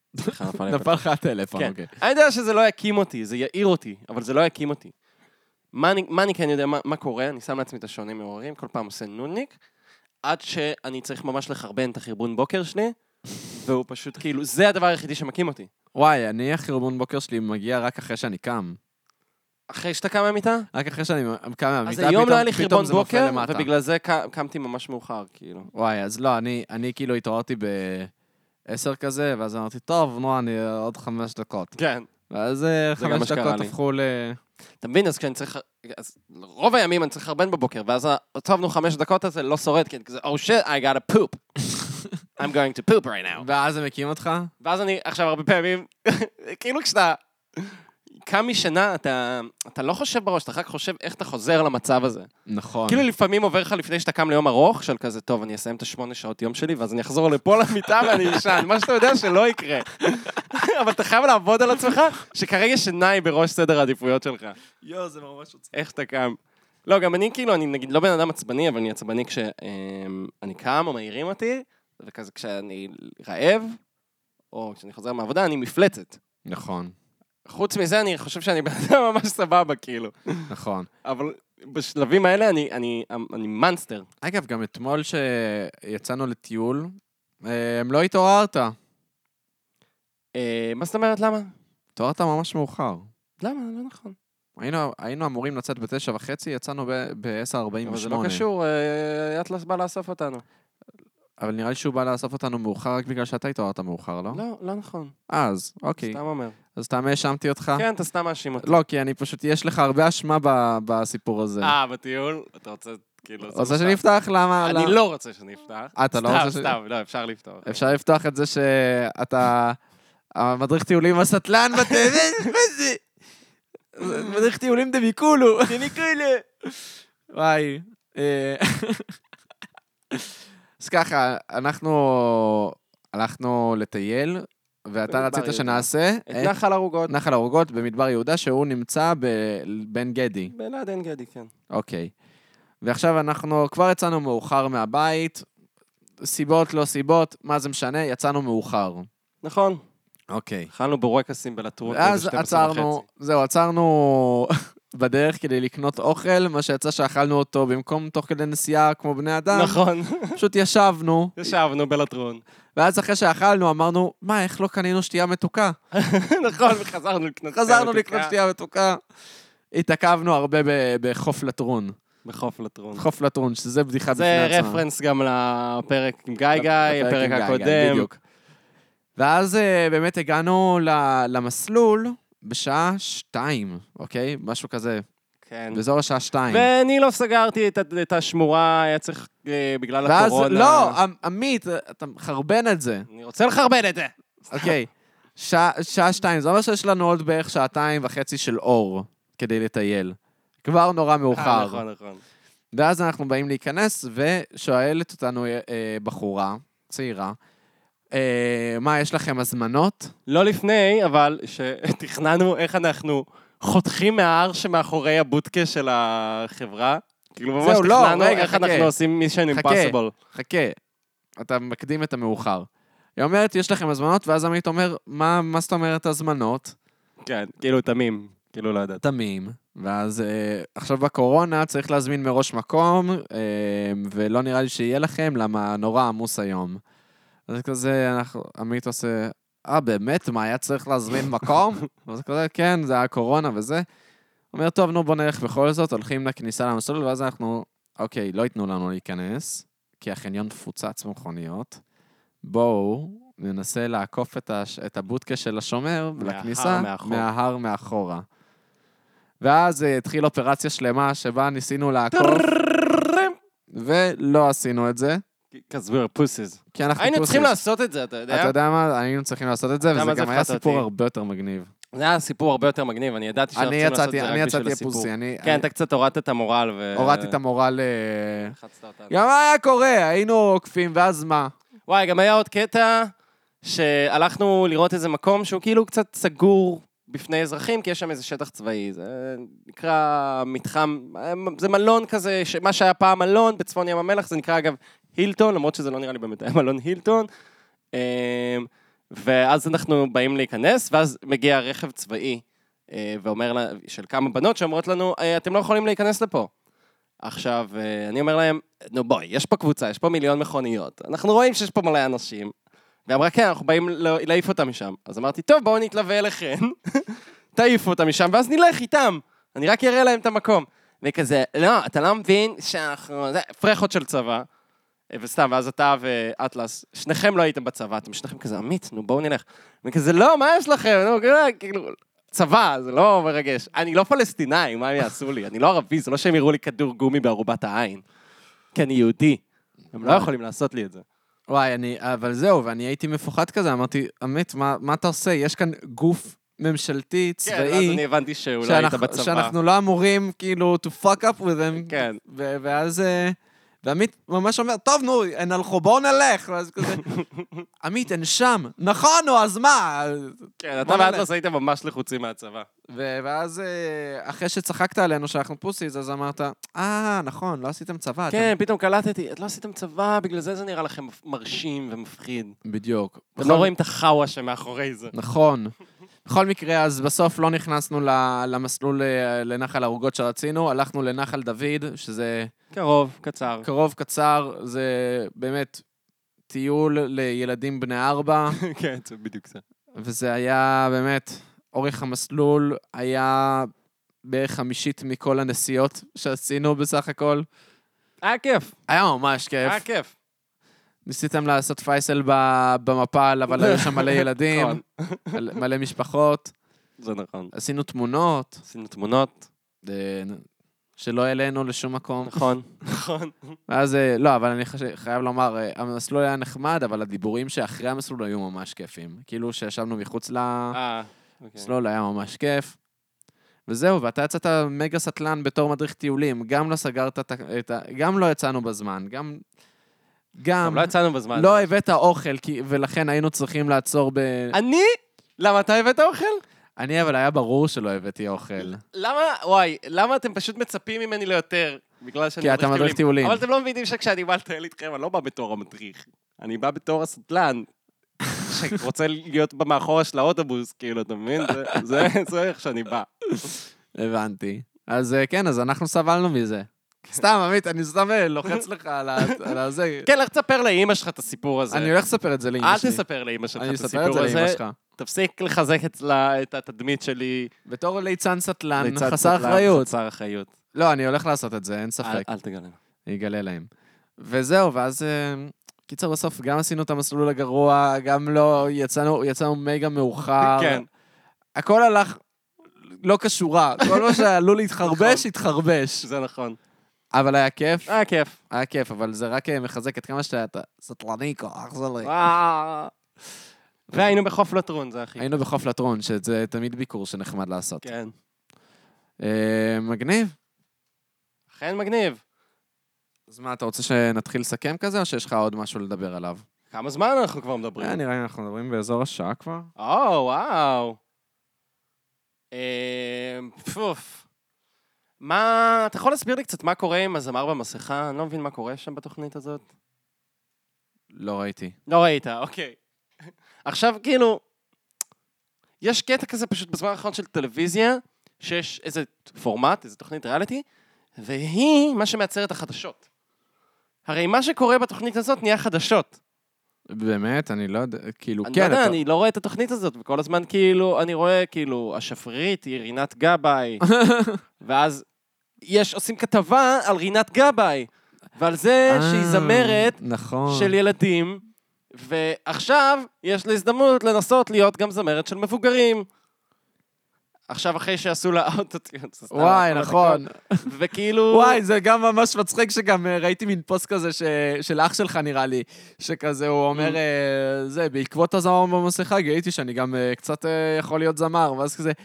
נפל לך הטלפון, כן. אוקיי. אני יודע שזה לא יקים אותי, זה יעיר אותי, אבל זה לא יקים אותי. מה אני, מה אני כן יודע, מה, מה קורה? אני שם לעצמי את השעונים מעוררים, כל פעם עושה נודניק, עד שאני צריך ממש לחרבן את החרבון בוקר שלי, והוא פשוט כאילו, זה הדבר היחידי שמקים אותי. וואי, אני החרבון בוקר שלי מגיע רק אחרי שאני קם. אחרי שאתה קם מהמיטה? רק אחרי שאני קם מהמיטה, אז היום לא היה לי חרבון בוקר, ובגלל זה קמתי ממש מאוחר, כאילו. וואי, אז לא, אני, אני כאילו התעוררתי בעשר כזה, ואז אמרתי, טוב, נו, אני עוד חמש דקות. כן. ואז חמש דקות הפכו ל... אתה מבין, אז כשאני צריך... אז רוב הימים אני צריך חרבן בבוקר, ואז טובנו חמש דקות הזה, לא שורד, כי כזה, oh shit, I gotta poop. I'm going to poop right now. ואז הם מקים אותך? ואז אני, עכשיו, הרבה פעמים, כאילו כשאתה קם משנה, אתה, אתה לא חושב בראש, אתה רק חושב איך אתה חוזר למצב הזה. נכון. כאילו לפעמים עובר לך לפני שאתה קם ליום ארוך, של כזה, טוב, אני אסיים את השמונה שעות יום שלי, ואז אני אחזור לפה למיטה ואני אשן, מה שאתה יודע שלא יקרה. אבל אתה חייב לעבוד על עצמך, שכרגע שינה היא בראש סדר העדיפויות שלך. יו, זה ממש רוצה. איך אתה קם. לא, גם אני כאילו, אני נגיד, לא בן אדם עצבני, אבל אני עצבני כשאני קם או מעירים אותי, וכזה כשאני רעב, או כשאני חוזר מהעבודה, אני מפלצת. נכון. חוץ מזה, אני חושב שאני בן אדם ממש סבבה, כאילו. נכון. אבל בשלבים האלה אני, אני, אני מנסטר. אגב, גם אתמול שיצאנו לטיול, הם לא התעוררת. מה זאת אומרת, למה? התעוררת ממש מאוחר. למה? לא נכון. היינו, היינו אמורים לצאת בתשע וחצי, יצאנו ב-עשר ארבעים ושמונה. אבל זה לא קשור, אטלס בא לאסוף אותנו. אבל נראה לי שהוא בא לאסוף אותנו מאוחר רק בגלל שאתה התעוררת מאוחר, לא? לא, לא נכון. אז, אוקיי. סתם אומר. אז סתם האשמתי אותך? כן, אתה סתם מאשים אותי. לא, כי אני פשוט, יש לך הרבה אשמה בסיפור הזה. אה, בטיול? אתה רוצה, כאילו... רוצה שנפתח? למה? אני לא רוצה שנפתח. אתה לא רוצה שנפתח? סתם, סתם, לא, אפשר לפתוח. אפשר לפתוח את זה שאתה... המדריך טיולים הסטלן בטבע, מה זה? מדריך טיולים דמיקולו. דמיקולו. וואי. אז ככה, אנחנו הלכנו לטייל, ואתה רצית שנעשה... את נחל ערוגות. נחל ערוגות במדבר יהודה, שהוא נמצא בבן גדי. בלעד עין גדי, כן. אוקיי. ועכשיו אנחנו כבר יצאנו מאוחר מהבית, סיבות לא סיבות, מה זה משנה? יצאנו מאוחר. נכון. אוקיי. אכלנו בורקסים בלטרון. אז עצרנו, זהו, עצרנו בדרך כדי לקנות אוכל, מה שיצא שאכלנו אותו במקום תוך כדי נסיעה כמו בני אדם. נכון. פשוט ישבנו. ישבנו בלטרון. ואז אחרי שאכלנו אמרנו, מה, איך לא קנינו שתייה מתוקה? נכון, וחזרנו לקנות שתייה מתוקה. חזרנו לקנות שתייה מתוקה. התעכבנו הרבה בחוף לטרון. בחוף לטרון. חוף לטרון, שזה בדיחה בפני זה עצמה. רפרנס גם לפרק עם גיא גיא, הפרק הקודם. בדיוק. ואז באמת הגענו למסלול בשעה שתיים, אוקיי? משהו כזה. כן. באזור השעה שתיים. ואני לא סגרתי את, את השמורה, היה צריך אה, בגלל ואז, הקורונה. לא, עמית, אתה מחרבן את זה. אני רוצה לחרבן את זה. אוקיי, שעה, שעה שתיים, זה אומר שיש לנו עוד בערך שעתיים וחצי של אור כדי לטייל. כבר נורא מאוחר. נכון, נכון. ואז אנחנו באים להיכנס, ושואלת אותנו אה, בחורה, צעירה, אה, מה, יש לכם הזמנות? לא לפני, אבל שתכננו איך אנחנו חותכים מההר שמאחורי הבוטקה של החברה. כאילו ממש זהו, לא, תכננו רגע, איך חכה. אנחנו עושים מישן אימפסיבול. חכה, אתה מקדים את המאוחר. היא אומרת, יש לכם הזמנות, ואז עמית אומר, מה, מה זאת אומרת הזמנות? כן, כאילו תמים, כאילו לא יודעת. תמים, ואז אה, עכשיו בקורונה צריך להזמין מראש מקום, אה, ולא נראה לי שיהיה לכם, למה נורא עמוס היום. אז כזה, אנחנו, עמית עושה, אה, באמת? מה, היה צריך להזמין מקום? אז כזה, כן, זה היה קורונה וזה. אומר, טוב, נו, בוא נלך בכל זאת, הולכים לכניסה למסלול, ואז אנחנו, אוקיי, לא ייתנו לנו להיכנס, כי החניון תפוצץ במכוניות. בואו ננסה לעקוף את, הש... את הבוטקה של השומר לכניסה מההר מאחורה. ואז התחיל אופרציה שלמה שבה ניסינו לעקוף, ולא עשינו את זה. כזביר, פוסיס. היינו צריכים לעשות את זה, אתה יודע? אתה יודע מה? היינו צריכים לעשות את זה, וזה גם היה סיפור הרבה יותר מגניב. זה היה סיפור הרבה יותר מגניב, אני ידעתי שאנחנו צריכים לעשות את זה רק בשביל הסיפור. כן, אתה קצת הורדת את המורל ו... הורדתי את המורל... גם מה היה קורה? היינו עוקפים, ואז מה? וואי, גם היה עוד קטע שהלכנו לראות איזה מקום שהוא כאילו קצת סגור בפני אזרחים, כי יש שם איזה שטח צבאי, זה נקרא מתחם, זה מלון כזה, מה שהיה פעם מלון בצפון ים המלח, זה נקרא אגב הילטון, למרות שזה לא נראה לי באמת היה מלון הילטון, ואז אנחנו באים להיכנס, ואז מגיע רכב צבאי, ואומר לה, של כמה בנות שאומרות לנו, אתם לא יכולים להיכנס לפה. עכשיו, אני אומר להם, נו בואי, יש פה קבוצה, יש פה מיליון מכוניות, אנחנו רואים שיש פה מלא אנשים, ואמרה, כן, אנחנו באים להעיף אותם משם. אז אמרתי, טוב, בואו נתלווה אליכם, תעיפו אותם משם, ואז נלך איתם, אני רק אראה להם את המקום. וכזה, לא, אתה לא מבין שאנחנו, זה פרחות של צבא, וסתם, ואז אתה ואטלס, שניכם לא הייתם בצבא, אתם שניכם כזה, עמית, נו בואו נלך. וכזה, לא, מה יש לכם? נו, כאילו, צבא, זה לא מרגש. אני לא פלסטינאי, מה הם יעשו לי? אני לא ערבי, זה לא שהם יראו לי כדור גומי בערובת העין. כי אני יהודי. הם לא יכולים לעשות לי את זה. וואי, אני, אבל זהו, ואני הייתי מפוחד כזה, אמרתי, עמית, מה, מה אתה עושה? יש כאן גוף ממשלתי, צבאי, כן, אז אני הבנתי שאולי היית בצבא. שאנחנו לא אמורים, כאילו, to fuck up with them. כן. ואז, ועמית ממש אומר, טוב, נו, הן הלכו, בואו נלך. ואז כזה, עמית, הן שם. נכון, נו, אז מה? כן, אתה ואטלס הייתם ממש לחוצים מהצבא. ואז, אחרי שצחקת עלינו שאנחנו פוסיס, אז אמרת, אה, נכון, לא עשיתם צבא. כן, פתאום קלטתי, לא עשיתם צבא, בגלל זה זה נראה לכם מרשים ומפחיד. בדיוק. אתם לא רואים את החאווה שמאחורי זה. נכון. בכל מקרה, אז בסוף לא נכנסנו למסלול לנחל הרוגות שרצינו, הלכנו לנחל דוד, שזה... קרוב, קצר. קרוב, קצר, זה באמת טיול לילדים בני ארבע. כן, זה בדיוק זה. וזה היה באמת, אורך המסלול היה בערך חמישית מכל הנסיעות שעשינו בסך הכל. היה כיף. היה ממש כיף. היה כיף. ניסיתם לעשות פייסל במפל, אבל היו שם מלא ילדים, מלא משפחות. זה נכון. עשינו תמונות. עשינו תמונות. שלא העלינו לשום מקום. נכון, נכון. ואז, לא, אבל אני חייב לומר, המסלול היה נחמד, אבל הדיבורים שאחרי המסלול היו ממש כיפים. כאילו שישבנו מחוץ למסלול, היה ממש כיף. וזהו, ואתה יצאת מגה סטלן בתור מדריך טיולים, גם לא סגרת את ה... גם לא יצאנו בזמן, גם... גם... לא יצאנו בזמן. לא הבאת אוכל, ולכן היינו צריכים לעצור ב... אני? למה אתה הבאת אוכל? אני, אבל היה ברור שלא הבאתי אוכל. למה, וואי, למה אתם פשט מצפים ממני ליותר? בגלל שאני כי אתה מדריך טיולים. אבל אתם לא מבינים שכשאני בא לטייל איתכם, אני לא בא בתור המדריך. אני בא בתור הסטלן, שרוצה להיות במאחורה של האוטובוס, כאילו, אתה מבין? זה איך שאני בא. הבנתי. אז כן, אז אנחנו סבלנו מזה. סתם, עמית, אני סתם לוחץ לך על זה. כן, לך תספר לאמא שלך את הסיפור הזה. אני הולך לספר את זה לאמא שלי. אל תספר לאמא שלך את הסיפור הזה. אני אספר את זה לאמא שלך. תפסיק לחזק אצלה את התדמית שלי. בתור ליצן סטלן, חסר אחריות. חסר אחריות. לא, אני הולך לעשות את זה, אין ספק. אל תגלה. אני אגלה להם. וזהו, ואז... קיצר, בסוף גם עשינו את המסלול הגרוע, גם לא, יצאנו מגה מאוחר. כן. הכל הלך לא קשורה. כל מה שעלול להתחרבש, התחרבש. זה נכון. אבל היה כיף. היה כיף. היה כיף, אבל זה רק מחזק את כמה שאתה סטלני, אח שלי. והיינו בחוף לטרון, זה הכי. היינו בחוף לטרון, שזה תמיד ביקור שנחמד לעשות. כן. מגניב. אכן מגניב. אז מה, אתה רוצה שנתחיל לסכם כזה, או שיש לך עוד משהו לדבר עליו? כמה זמן אנחנו כבר מדברים? נראה לי אנחנו מדברים באזור השעה כבר. או, וואו. פוף. מה, אתה יכול להסביר לי קצת מה קורה עם הזמר במסכה? אני לא מבין מה קורה שם בתוכנית הזאת. לא ראיתי. לא ראית, אוקיי. עכשיו, כאילו, יש קטע כזה פשוט בזמן האחרון של טלוויזיה, שיש איזה פורמט, איזה תוכנית ריאליטי, והיא מה שמייצר את החדשות. הרי מה שקורה בתוכנית הזאת נהיה חדשות. באמת? אני לא יודע, כאילו, אני כן. לא יודע, אתה... אני לא רואה את התוכנית הזאת, וכל הזמן כאילו, אני רואה כאילו, השפרית היא רינת גבאי, ואז יש, עושים כתבה על רינת גבאי, ועל זה שהיא זמרת נכון. של ילדים, ועכשיו יש לה הזדמנות לנסות להיות גם זמרת של מבוגרים. עכשיו אחרי שעשו לה אוטוטיון. וואי, נכון. וכאילו... וואי, זה גם ממש מצחיק שגם ראיתי מין פוסט כזה של אח שלך נראה לי, שכזה הוא אומר, זה, בעקבות הזמר במסכה גיליתי שאני גם קצת יכול להיות זמר, ואז כזה...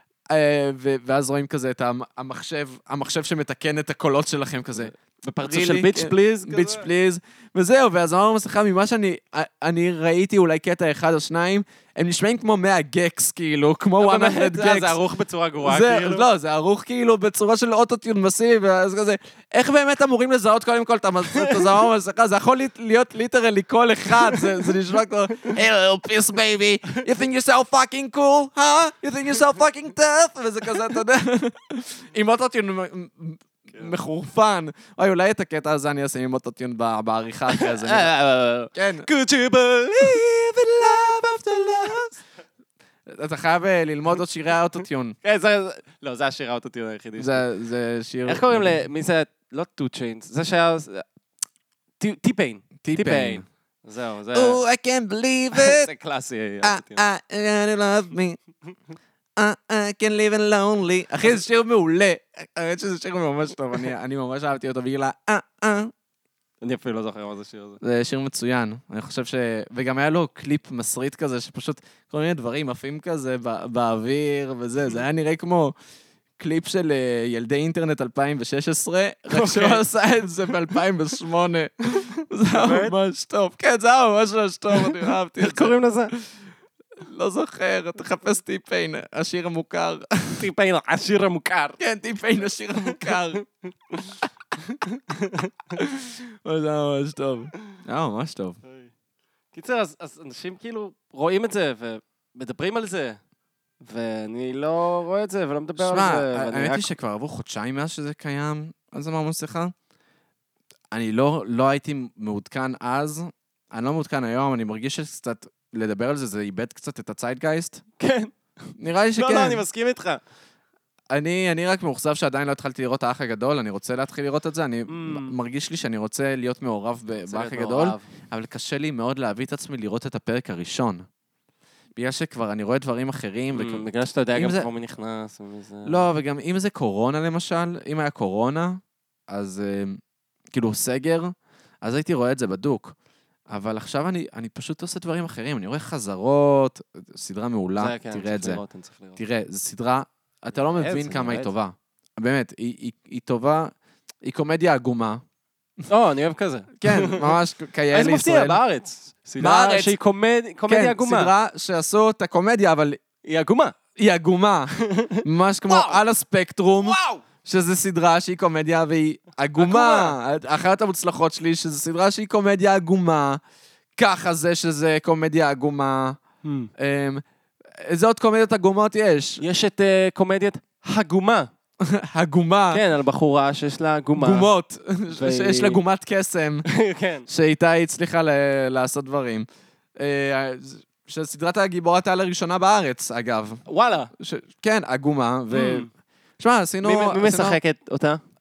ואז רואים כזה את המחשב, המחשב שמתקן את הקולות שלכם כזה. בפרצוף של ביץ' פליז? ביץ' פליז. וזהו, והזמר במסכה, ממה שאני ראיתי אולי קטע אחד או שניים, הם נשמעים כמו מאה גקס, כאילו, כמו מאה גקס. זה ערוך בצורה גרועה, כאילו. לא, זה ערוך כאילו בצורה של אוטוטיון מסיב, ואז כזה, איך באמת אמורים לזהות קודם כל את הזמר במסכה? זה יכול להיות ליטרלי כל אחד, זה נשמע כמו, hey little piss baby, you think you're so fucking cool, huh? You think you're so fucking tough? וזה כזה, אתה יודע, עם אוטוטיון מחורפן. אוי, אולי את הקטע הזה אני אעשה עם אוטוטיון בעריכה אחרי זה. כן. Could you believe in love after love? אתה חייב ללמוד עוד שירי האוטוטיון. כן, זה... לא, זה השיר האוטוטיון היחידי. זה שיר... איך קוראים למי זה... לא טו צ'יינס, זה שהיה... טי-פיין. טי-פיין. זהו, זה... Oh, I can't believe it. זה קלאסי. I, I, I love me. I can live in lonely. אחי, זה שיר מעולה. האמת שזה שיר ממש טוב, אני ממש אהבתי אותו בגלל ה... אני אפילו לא זוכר מה זה שיר הזה. זה שיר מצוין. אני חושב ש... וגם היה לו קליפ מסריט כזה, שפשוט כל מיני דברים עפים כזה באוויר וזה. זה היה נראה כמו קליפ של ילדי אינטרנט אלפיים ושש עשרה, רק שהוא עשה את זה ב-אלפיים ושמונה. זה היה ממש טוב. כן, זה היה ממש ממש טוב, אני אהבתי את זה. איך קוראים לזה? לא זוכר, תחפש טי-פיין, השיר המוכר. טי-פיין, השיר המוכר. כן, טי-פיין, השיר המוכר. זה היה ממש טוב. זה היה ממש טוב. קיצר, אז אנשים כאילו רואים את זה ומדברים על זה, ואני לא רואה את זה ולא מדבר על זה. שמע, האמת היא שכבר עברו חודשיים מאז שזה קיים, על זמר במסכה. אני לא הייתי מעודכן אז, אני לא מעודכן היום, אני מרגיש שקצת... לדבר על זה, זה איבד קצת את הציידגייסט. כן. נראה לי שכן. לא, לא, אני מסכים איתך. אני, אני רק מאוכזב שעדיין לא התחלתי לראות האח הגדול, אני רוצה להתחיל לראות את זה, אני מרגיש לי שאני רוצה להיות מעורב באח הגדול, אבל קשה לי מאוד להביא את עצמי לראות את הפרק הראשון. בגלל שכבר אני רואה דברים אחרים. בגלל שאתה יודע גם כמו מי נכנס. לא, וגם אם זה קורונה למשל, אם היה קורונה, אז כאילו סגר, אז הייתי רואה את זה בדוק. אבל עכשיו אני, אני פשוט עושה דברים אחרים, אני רואה חזרות, סדרה מעולה, כן, תראה את זה. לראות, תראה, זו סדרה, אתה לא מבין כמה היא טובה. באמת, היא, היא, היא טובה, היא קומדיה עגומה. או, אני אוהב כזה. כן, ממש כאלה ישראל. איזה מפתיע, בארץ. סדרה שהיא קומדיה עגומה. כן, סדרה שעשו את הקומדיה, אבל... היא עגומה. היא עגומה. ממש כמו על הספקטרום. וואו! שזו סדרה שהיא קומדיה והיא עגומה. אחת המוצלחות שלי, שזו סדרה שהיא קומדיה עגומה. ככה זה שזה קומדיה עגומה. איזה עוד קומדיות עגומות יש? יש את קומדיית הגומה. הגומה. כן, על בחורה שיש לה גומה. גומות. שיש לה גומת קסם. כן. שאיתה היא הצליחה לעשות דברים. שסדרת הגיבורת היה לראשונה בארץ, אגב. וואלה. כן, עגומה. ו... שמע, עשינו... מי משחקת אותה?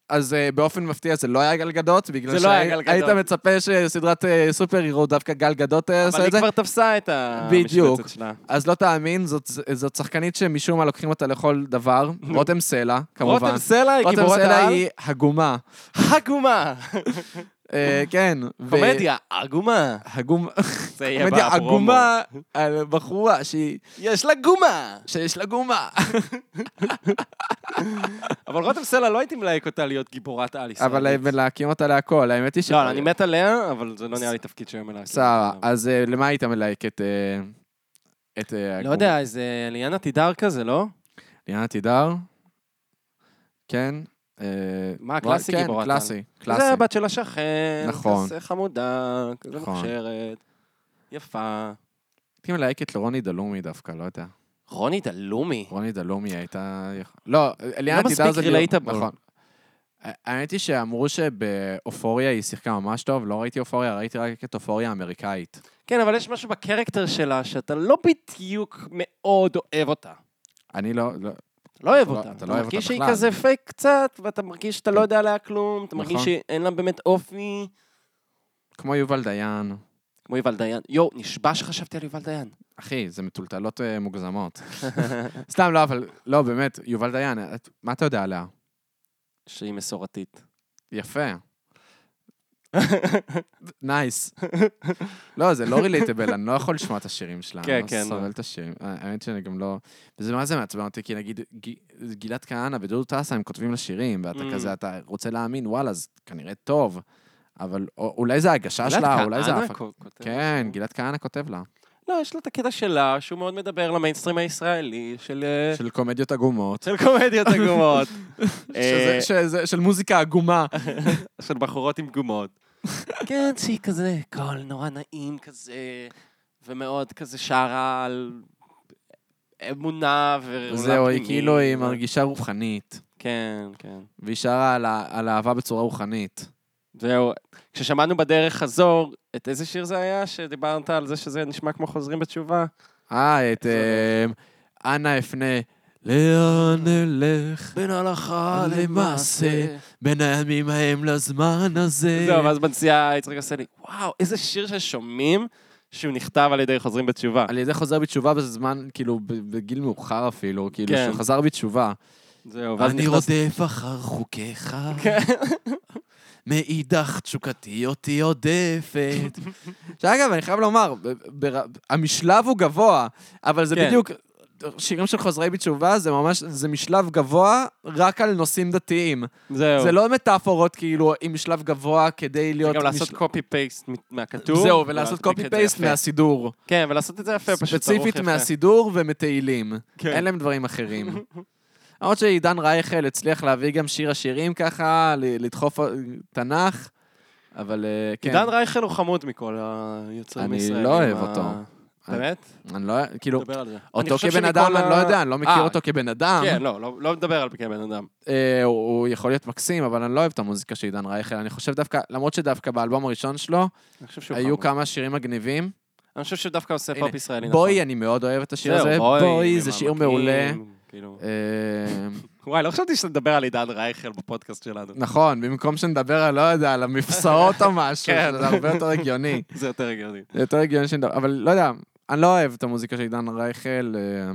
אז uh, באופן מפתיע זה לא היה גלגדות, בגלל שהיית מצפה שסדרת uh, סופר הירו דווקא גלגדות עושה את זה. אבל היא כבר תפסה את המשבצת שלה. אז לא תאמין, זאת, זאת שחקנית שמשום מה לוקחים אותה לכל דבר. רותם סלע, כמובן. רותם סלע היא גיבורת העל? רותם סלע היא הגומה. הגומה. כן. קומדיה, הגומה. הגומה. זה יהיה בפרומו. קומדיה הגומה על בחורה שהיא... יש לה גומה. שיש לה גומה. אבל רותם סלע לא הייתי מלהק אותה להיות גיבורת על ישראלית. אבל מלהקים אותה להכל, האמת היא ש... לא, אני מת עליה, אבל זה לא נראה לי תפקיד שהיום מלהקים. סבבה, אז למה היית מלהק את... את... לא יודע, איזה ליאנה תידר כזה, לא? ליאנה תידר? כן. מה, קלאסי גיבורת? קלאסי, קלאסי. זה הבת של השכן, נכון. כזה חמודה, כזה מוכשרת, יפה. הייתי מלהקת לרוני דלומי דווקא, לא יודע. רוני דלומי? רוני דלומי הייתה... לא, ליאנה תידר זה... לא מספיק רילייטאבל. נכון. האמת היא שאמרו שבאופוריה היא שיחקה ממש טוב, לא ראיתי אופוריה, ראיתי רק את אופוריה האמריקאית. כן, אבל יש משהו בקרקטר שלה שאתה לא בדיוק מאוד אוהב אותה. אני לא... לא אוהב אותה. אתה לא אוהב אותה בכלל. אתה מרגיש שהיא כזה פייק קצת, ואתה מרגיש שאתה לא יודע עליה כלום, אתה מרגיש שאין לה באמת אופי. כמו יובל דיין. כמו יובל דיין. יו, נשבע שחשבתי על יובל דיין. אחי, זה מטולטלות מוגזמות. סתם, לא, אבל... לא, באמת, יובל דיין, מה אתה יודע עליה? שהיא מסורתית. יפה. נייס. לא, זה לא רילייטבל, אני לא יכול לשמוע את השירים שלה. כן, כן. אני לא סובל את השירים. האמת שאני גם לא... וזה מה זה מעצבן אותי, כי נגיד, גילת כהנא ודודו טסה, הם כותבים לשירים, ואתה כזה, אתה רוצה להאמין, וואלה, זה כנראה טוב, אבל אולי זה ההגשה שלה, אולי זה... גילת כהנא כותב? כן, גילת כהנא כותב לה. לא, יש לה את הקטע שלה, שהוא מאוד מדבר למיינסטרים הישראלי, של... של קומדיות עגומות. של קומדיות עגומות. של מוזיקה עגומה. של בחורות עם גומות. כן, שהיא כזה, קול נורא נעים כזה, ומאוד כזה שרה על אמונה ועולם פנימי. זהו, היא כאילו, היא מרגישה רוחנית. כן, כן. והיא שרה על האהבה בצורה רוחנית. זהו, כששמענו בדרך חזור, את איזה שיר זה היה שדיברת על זה שזה נשמע כמו חוזרים בתשובה? אה, את אנה אפנה. לאן נלך בין הלכה למעשה, בין הימים ההם לזמן הזה. זהו, ואז בנסיעה יצחק עושה לי, וואו, איזה שיר ששומעים שהוא נכתב על ידי חוזרים בתשובה. על ידי חוזר בתשובה בזמן, כאילו, בגיל מאוחר אפילו, כאילו, שהוא חזר בתשובה. זהו, ואז אני רודף אחר חוקיך. מאידך תשוקתי אותי עודפת. שאגב, אני חייב לומר, המשלב הוא גבוה, אבל זה בדיוק... שירים של חוזרי בתשובה זה ממש, זה משלב גבוה רק על נושאים דתיים. זהו. זה לא מטאפורות כאילו עם משלב גבוה כדי להיות... זה גם לעשות קופי פייסט מהכתוב. זהו, ולעשות קופי פייסט מהסידור. כן, ולעשות את זה יפה, פשוט ספציפית מהסידור ומתהילים. אין להם דברים אחרים. למרות שעידן רייכל הצליח להביא גם שיר השירים ככה, לדחוף תנ"ך, אבל כן. עידן רייכל הוא חמוד מכל היוצרים הישראלים. אני לא אוהב אותו. באמת? אני לא, כאילו, מדבר על זה. אותו כבן אדם, אני לא יודע, אני לא מכיר אותו כבן אדם. כן, לא, לא מדבר על כבן אדם. הוא יכול להיות מקסים, אבל אני לא אוהב את המוזיקה של עידן רייכל. אני חושב דווקא, למרות שדווקא באלבום הראשון שלו, היו כמה שירים מגניבים. אני חושב שהוא דווקא עושה פופ ישראלי. בואי, אני מאוד אוהב את השיר הזה. בואי, זה שיר מעולה. וואי, לא חשבתי שנדבר על עידן רייכל בפודקאסט שלנו. נכון, במקום שנדבר על, לא יודע, על המפסעות או משהו, זה הרבה יותר הגיוני. זה יותר הגיוני. זה יותר הגיוני שנדבר, אבל לא יודע, אני לא אוהב את המוזיקה של עידן רייכל,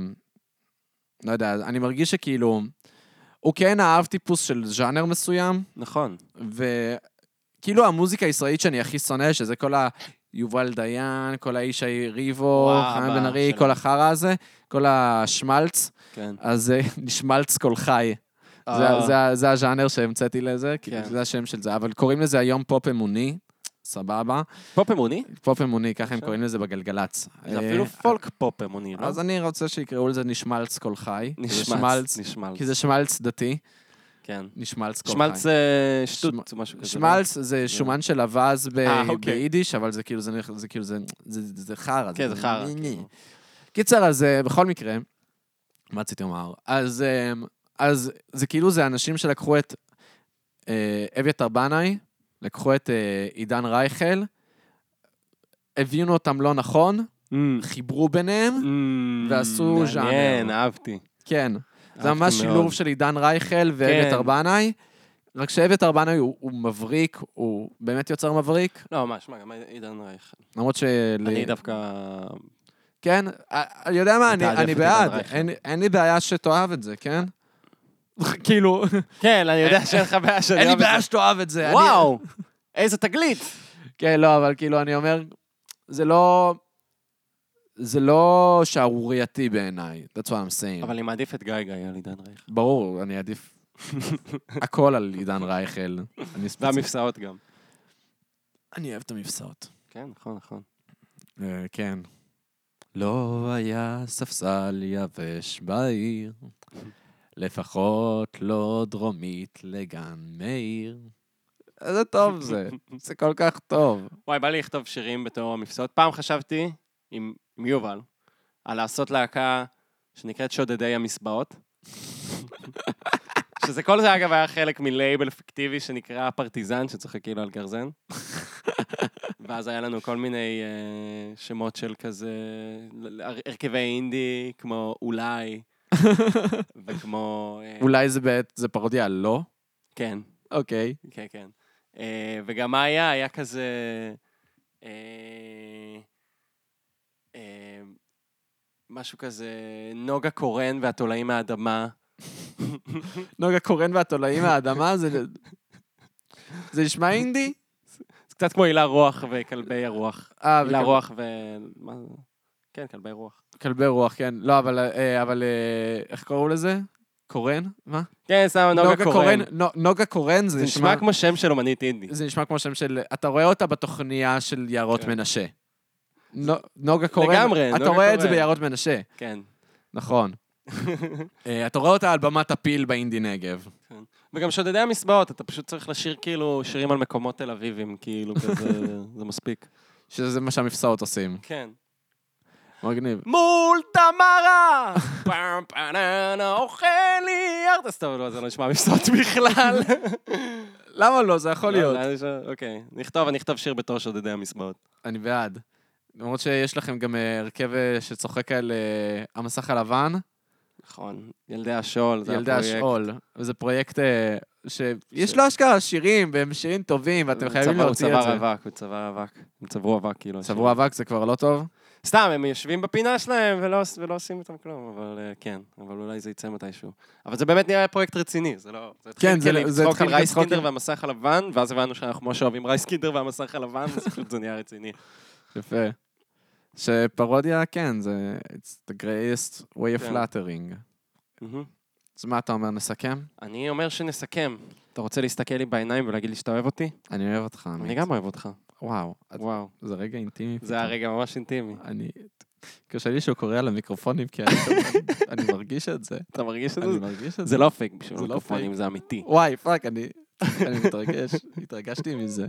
לא יודע, אני מרגיש שכאילו, הוא כן אהב טיפוס של ז'אנר מסוים. נכון. וכאילו המוזיקה הישראלית שאני הכי שונא, שזה כל היובל דיין, כל האיש ריבו, חיים בן ארי, כל החרא הזה, כל השמלץ, אז נשמלץ כל חי. זה הז'אנר שהמצאתי לזה, זה השם של זה, אבל קוראים לזה היום פופ אמוני, סבבה. פופ אמוני? פופ אמוני, ככה הם קוראים לזה בגלגלץ. זה אפילו פולק פופ אמוני, לא? אז אני רוצה שיקראו לזה נשמלץ כל חי. נשמלץ, נשמלץ. כי זה שמלץ דתי. כן. נשמלץ כל חי. שמלץ זה שטות, משהו כזה. שמלץ זה שומן של אבז ביידיש, אבל זה כאילו, זה כאילו, זה חרא. כן, זה חרא. קיצר, אז בכל מקרה, מה רציתי לומר? אז זה כאילו, זה אנשים שלקחו את אביתר בנאי, לקחו את עידן רייכל, הבינו אותם לא נכון, חיברו ביניהם, ועשו ז'אנר. מעניין, אהבתי. כן, זה ממש שילוב של עידן רייכל ואביתר בנאי, רק שאביתר בנאי הוא, הוא מבריק, הוא באמת יוצר מבריק. לא, ממש, מה, גם עידן רייכל. למרות של... אני דווקא... כן, אני יודע מה, אני, אני בעד. אין, אין לי בעיה שתאהב את זה, כן? כאילו... כן, אני יודע שאין לך בעיה שאני אין לי אוהב את בעיה זה. שתאהב את זה. וואו, איזה תגלית. כן, לא, אבל כאילו, אני אומר, זה לא... זה לא שערורייתי בעיניי. That's what I'm saying. אבל אני מעדיף את גיא גיא על עידן רייכל. ברור, אני עדיף הכל על עידן רייכל. אני ספציפי. והמפסעות גם. אני אוהב את המפסעות. כן, נכון, נכון. אה, כן. לא היה ספסל יבש בעיר, לפחות לא דרומית לגן מאיר. איזה טוב זה, זה כל כך טוב. וואי, בא לי לכתוב שירים בתור המפסעות. פעם חשבתי, עם, עם יובל, על לעשות להקה שנקראת שודדי המסבעות. שזה כל זה, אגב, היה חלק מלייבל פיקטיבי שנקרא פרטיזן, שצוחק כאילו על גרזן. ואז היה לנו כל מיני uh, שמות של כזה, הרכבי אינדי, כמו אולי, וכמו... Uh, אולי זה בעת, זה פרודיה, לא? כן. אוקיי. כן, כן. Uh, וגם מה היה? היה כזה... Uh, uh, משהו כזה, נוגה קורן והתולעים מהאדמה. נוגה קורן והתולעים מהאדמה, זה... זה נשמע אינדי? זה קצת כמו הילה רוח וכלבי הרוח. אה, הילה וכל- רוח ו... מה זה? כן, כלבי רוח. כלבי רוח, כן. לא, אבל, אה, אבל אה, איך קראו לזה? קורן? מה? כן, סתם נוגה קורן. נו- נוגה קורן, זה זה נשמע... נשמע כמו שם של אומנית אינדי. זה נשמע כמו שם של... אתה רואה אותה בתוכניה של יערות כן. מנשה. נו- נוגה קורן. לגמרי, אתה נוגה רואה את זה קורן. ביערות מנשה. כן. נכון. אה, אתה רואה אותה על במת הפיל באינדי נגב. וגם שודדי המסבעות, אתה פשוט צריך לשיר כאילו שירים על מקומות תל אביבים, כאילו כזה, זה מספיק. שזה מה שהמפסעות עושים. כן. מגניב. מול תמרה! פעם פננה אוכל לי ירד. אז טוב, לא, זה לא נשמע מבסעות בכלל. למה לא? זה יכול להיות. אוקיי, נכתוב, אני אכתוב שיר בתור שודדי המסבעות. אני בעד. למרות שיש לכם גם אה, הרכב אה, שצוחק על אה, המסך הלבן, נכון, ילדי השול, זה ילדי הפרויקט. השאול. וזה פרויקט אה, שיש לו אשכרה שירים, והם שירים טובים, ואתם חייבים להוציא את הוא זה. צוואר אבק, הוא צוואר אבק. הם צברו אבק, כאילו. צברו אבק זה כבר לא טוב? סתם, הם יושבים בפינה שלהם ולא, ולא עושים איתם כלום, אבל uh, כן, אבל אולי זה יצא מתישהו. אבל זה באמת נראה פרויקט רציני, זה לא... זה כן, זה- התחיל זה לצחוק התחיל על רייסקינדר כצחוקים. והמסך הלבן, ואז הבנו שאנחנו כמו שאוהבים רייסקינדר והמסך הלבן, אז פשוט זה נהיה רציני. יפה. שפרודיה, כן, זה... It's the greatest way of כן. flattering. אז מה אתה אומר, נסכם? אני אומר שנסכם. אתה רוצה להסתכל לי בעיניים ולהגיד לי שאתה אוהב אותי? אני אוהב אותך, עמית. אני גם אוהב אותך. וואו, את- וואו. זה רגע אינטימי. זה היה רגע ממש אינטימי. אני... קשה לי שהוא קורא על המיקרופונים, כי אני אני מרגיש את זה. אתה מרגיש את אני זה? מרגיש את זה. זה לא פייק בשביל זה לא מיקרופונים, פייק. זה אמיתי. וואי, פאק, אני אני מתרגש. התרגשתי מזה.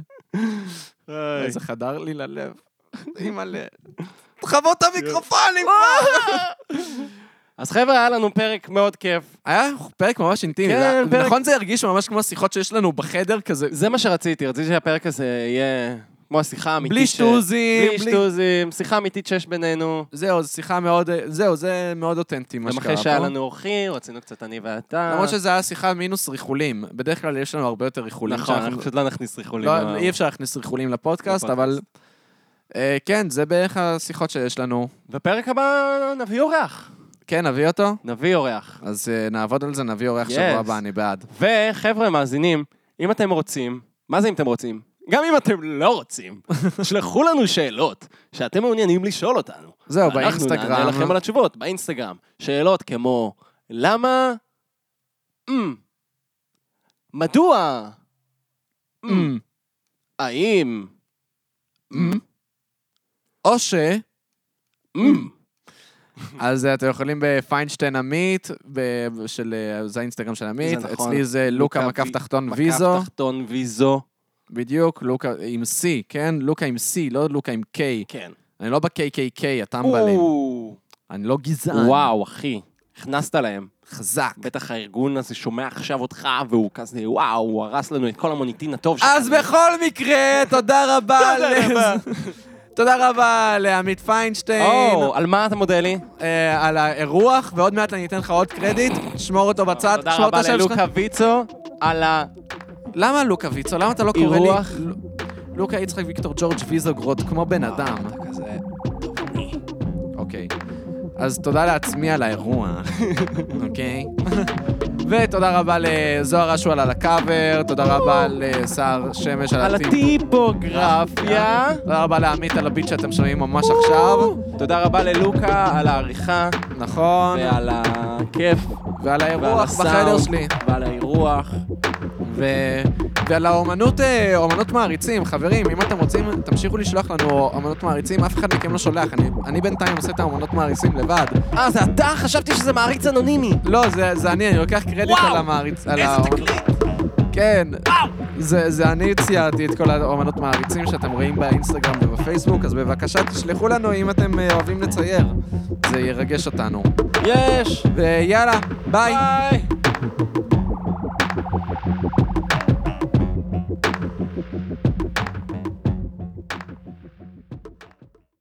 זה חדר לי ללב. אימא'לה. תחבו את המיקרופונים כבר! אז חבר'ה, היה לנו פרק מאוד כיף. היה פרק ממש אינטימי. כן, זה- פרק- נכון זה הרגיש ממש כמו השיחות שיש לנו בחדר כזה. זה מה שרציתי, רציתי שהפרק הזה יהיה כמו השיחה האמיתית. בלי ש- שטוזים. בלי שטוזים, שיחה אמיתית שיש בינינו. זהו, זו שיחה מאוד... זהו, זה מאוד אותנטי מה גם שקרה אחרי פה. שהיה לנו אורחים, רצינו קצת אני ואתה. למרות שזה היה שיחה מינוס ריחולים. בדרך כלל יש לנו הרבה יותר ריחולים. נכון, שאנחנו- אנחנו פשוט לא נכניס ריחולים. לא, ל- אי אפשר להכניס ריחולים לפודקאסט, לפודקאסט. אבל... אה, כן, זה בערך השיחות שיש לנו. בפרק הבא נביא אורח. כן, נביא אותו? נביא אורח. אז אה, נעבוד על זה, נביא אורח Yes. שבוע הבא, אני בעד. וחבר'ה מאזינים, אם אתם רוצים, מה זה אם אתם רוצים? גם אם אתם לא רוצים, שלחו לנו שאלות שאתם מעוניינים לשאול אותנו. זהו, אנחנו באינסטגרם. נענה לכם על התשובות, באינסטגרם. שאלות כמו, למה? אמ, מדוע? אמ, האם? אמ, או ש... אמ. אז אה, אתם יכולים בפיינשטיין עמית, ב- של... אה, זה האינסטגרם של עמית. זה נכון. אצלי זה לוקה לוקה מקף וי- תחתון מקף ויזו. תחתון ויזו. בדיוק. לוקה עם C, כן? לוקה עם C, לא לוקה עם K. כן. אני לא ב-K K K, הטמבלים. או, אני לא גזען. וואו, אחי. הכנסת להם. חזק. בטח הארגון הזה שומע עכשיו אותך, והוא כזה, וואו, הוא הרס לנו את כל המוניטין הטוב אז בכל מקרה, תודה רבה. תודה ל- רבה. תודה רבה לעמית פיינשטיין. או, על מה אתה מודה לי? אה, על האירוח, ועוד מעט אני אתן לך עוד קרדיט. שמור אותו בצד. תודה שמור את רבה השם שלך. ללוקה ויצו על למה לוקה ויצו? למה אתה לא קורא לי... אירוח? לוקה יצחק ויקטור ג'ורג' ויזוגרוד, כמו בן אדם. כזה... אוקיי. אז תודה לעצמי על האירוע, אוקיי? ותודה רבה לזוהר אשואל על הקאבר, תודה רבה לשר שמש על הטיפוגרפיה. תודה רבה לעמית על הביט שאתם שומעים ממש עכשיו. תודה רבה ללוקה על העריכה. נכון. ועל הכיף. ועל האירוח בחדר שלי. ועל האירוח. ו... ועל האומנות, אומנות מעריצים, חברים, אם אתם רוצים, תמשיכו לשלוח לנו אומנות מעריצים, אף אחד מכם לא שולח, אני, אני בינתיים עושה את האומנות מעריצים לבד. אה, זה אתה? חשבתי שזה מעריץ אנונימי. לא, זה, זה אני, אני לוקח קרדיט וואו, על המעריץ. איזה על תקליט. כן, זה, זה אני ציירתי את כל האומנות מעריצים שאתם רואים באינסטגרם ובפייסבוק, אז בבקשה תשלחו לנו אם אתם אוהבים לצייר, זה ירגש אותנו. יש! ויאללה, ביי! ביי!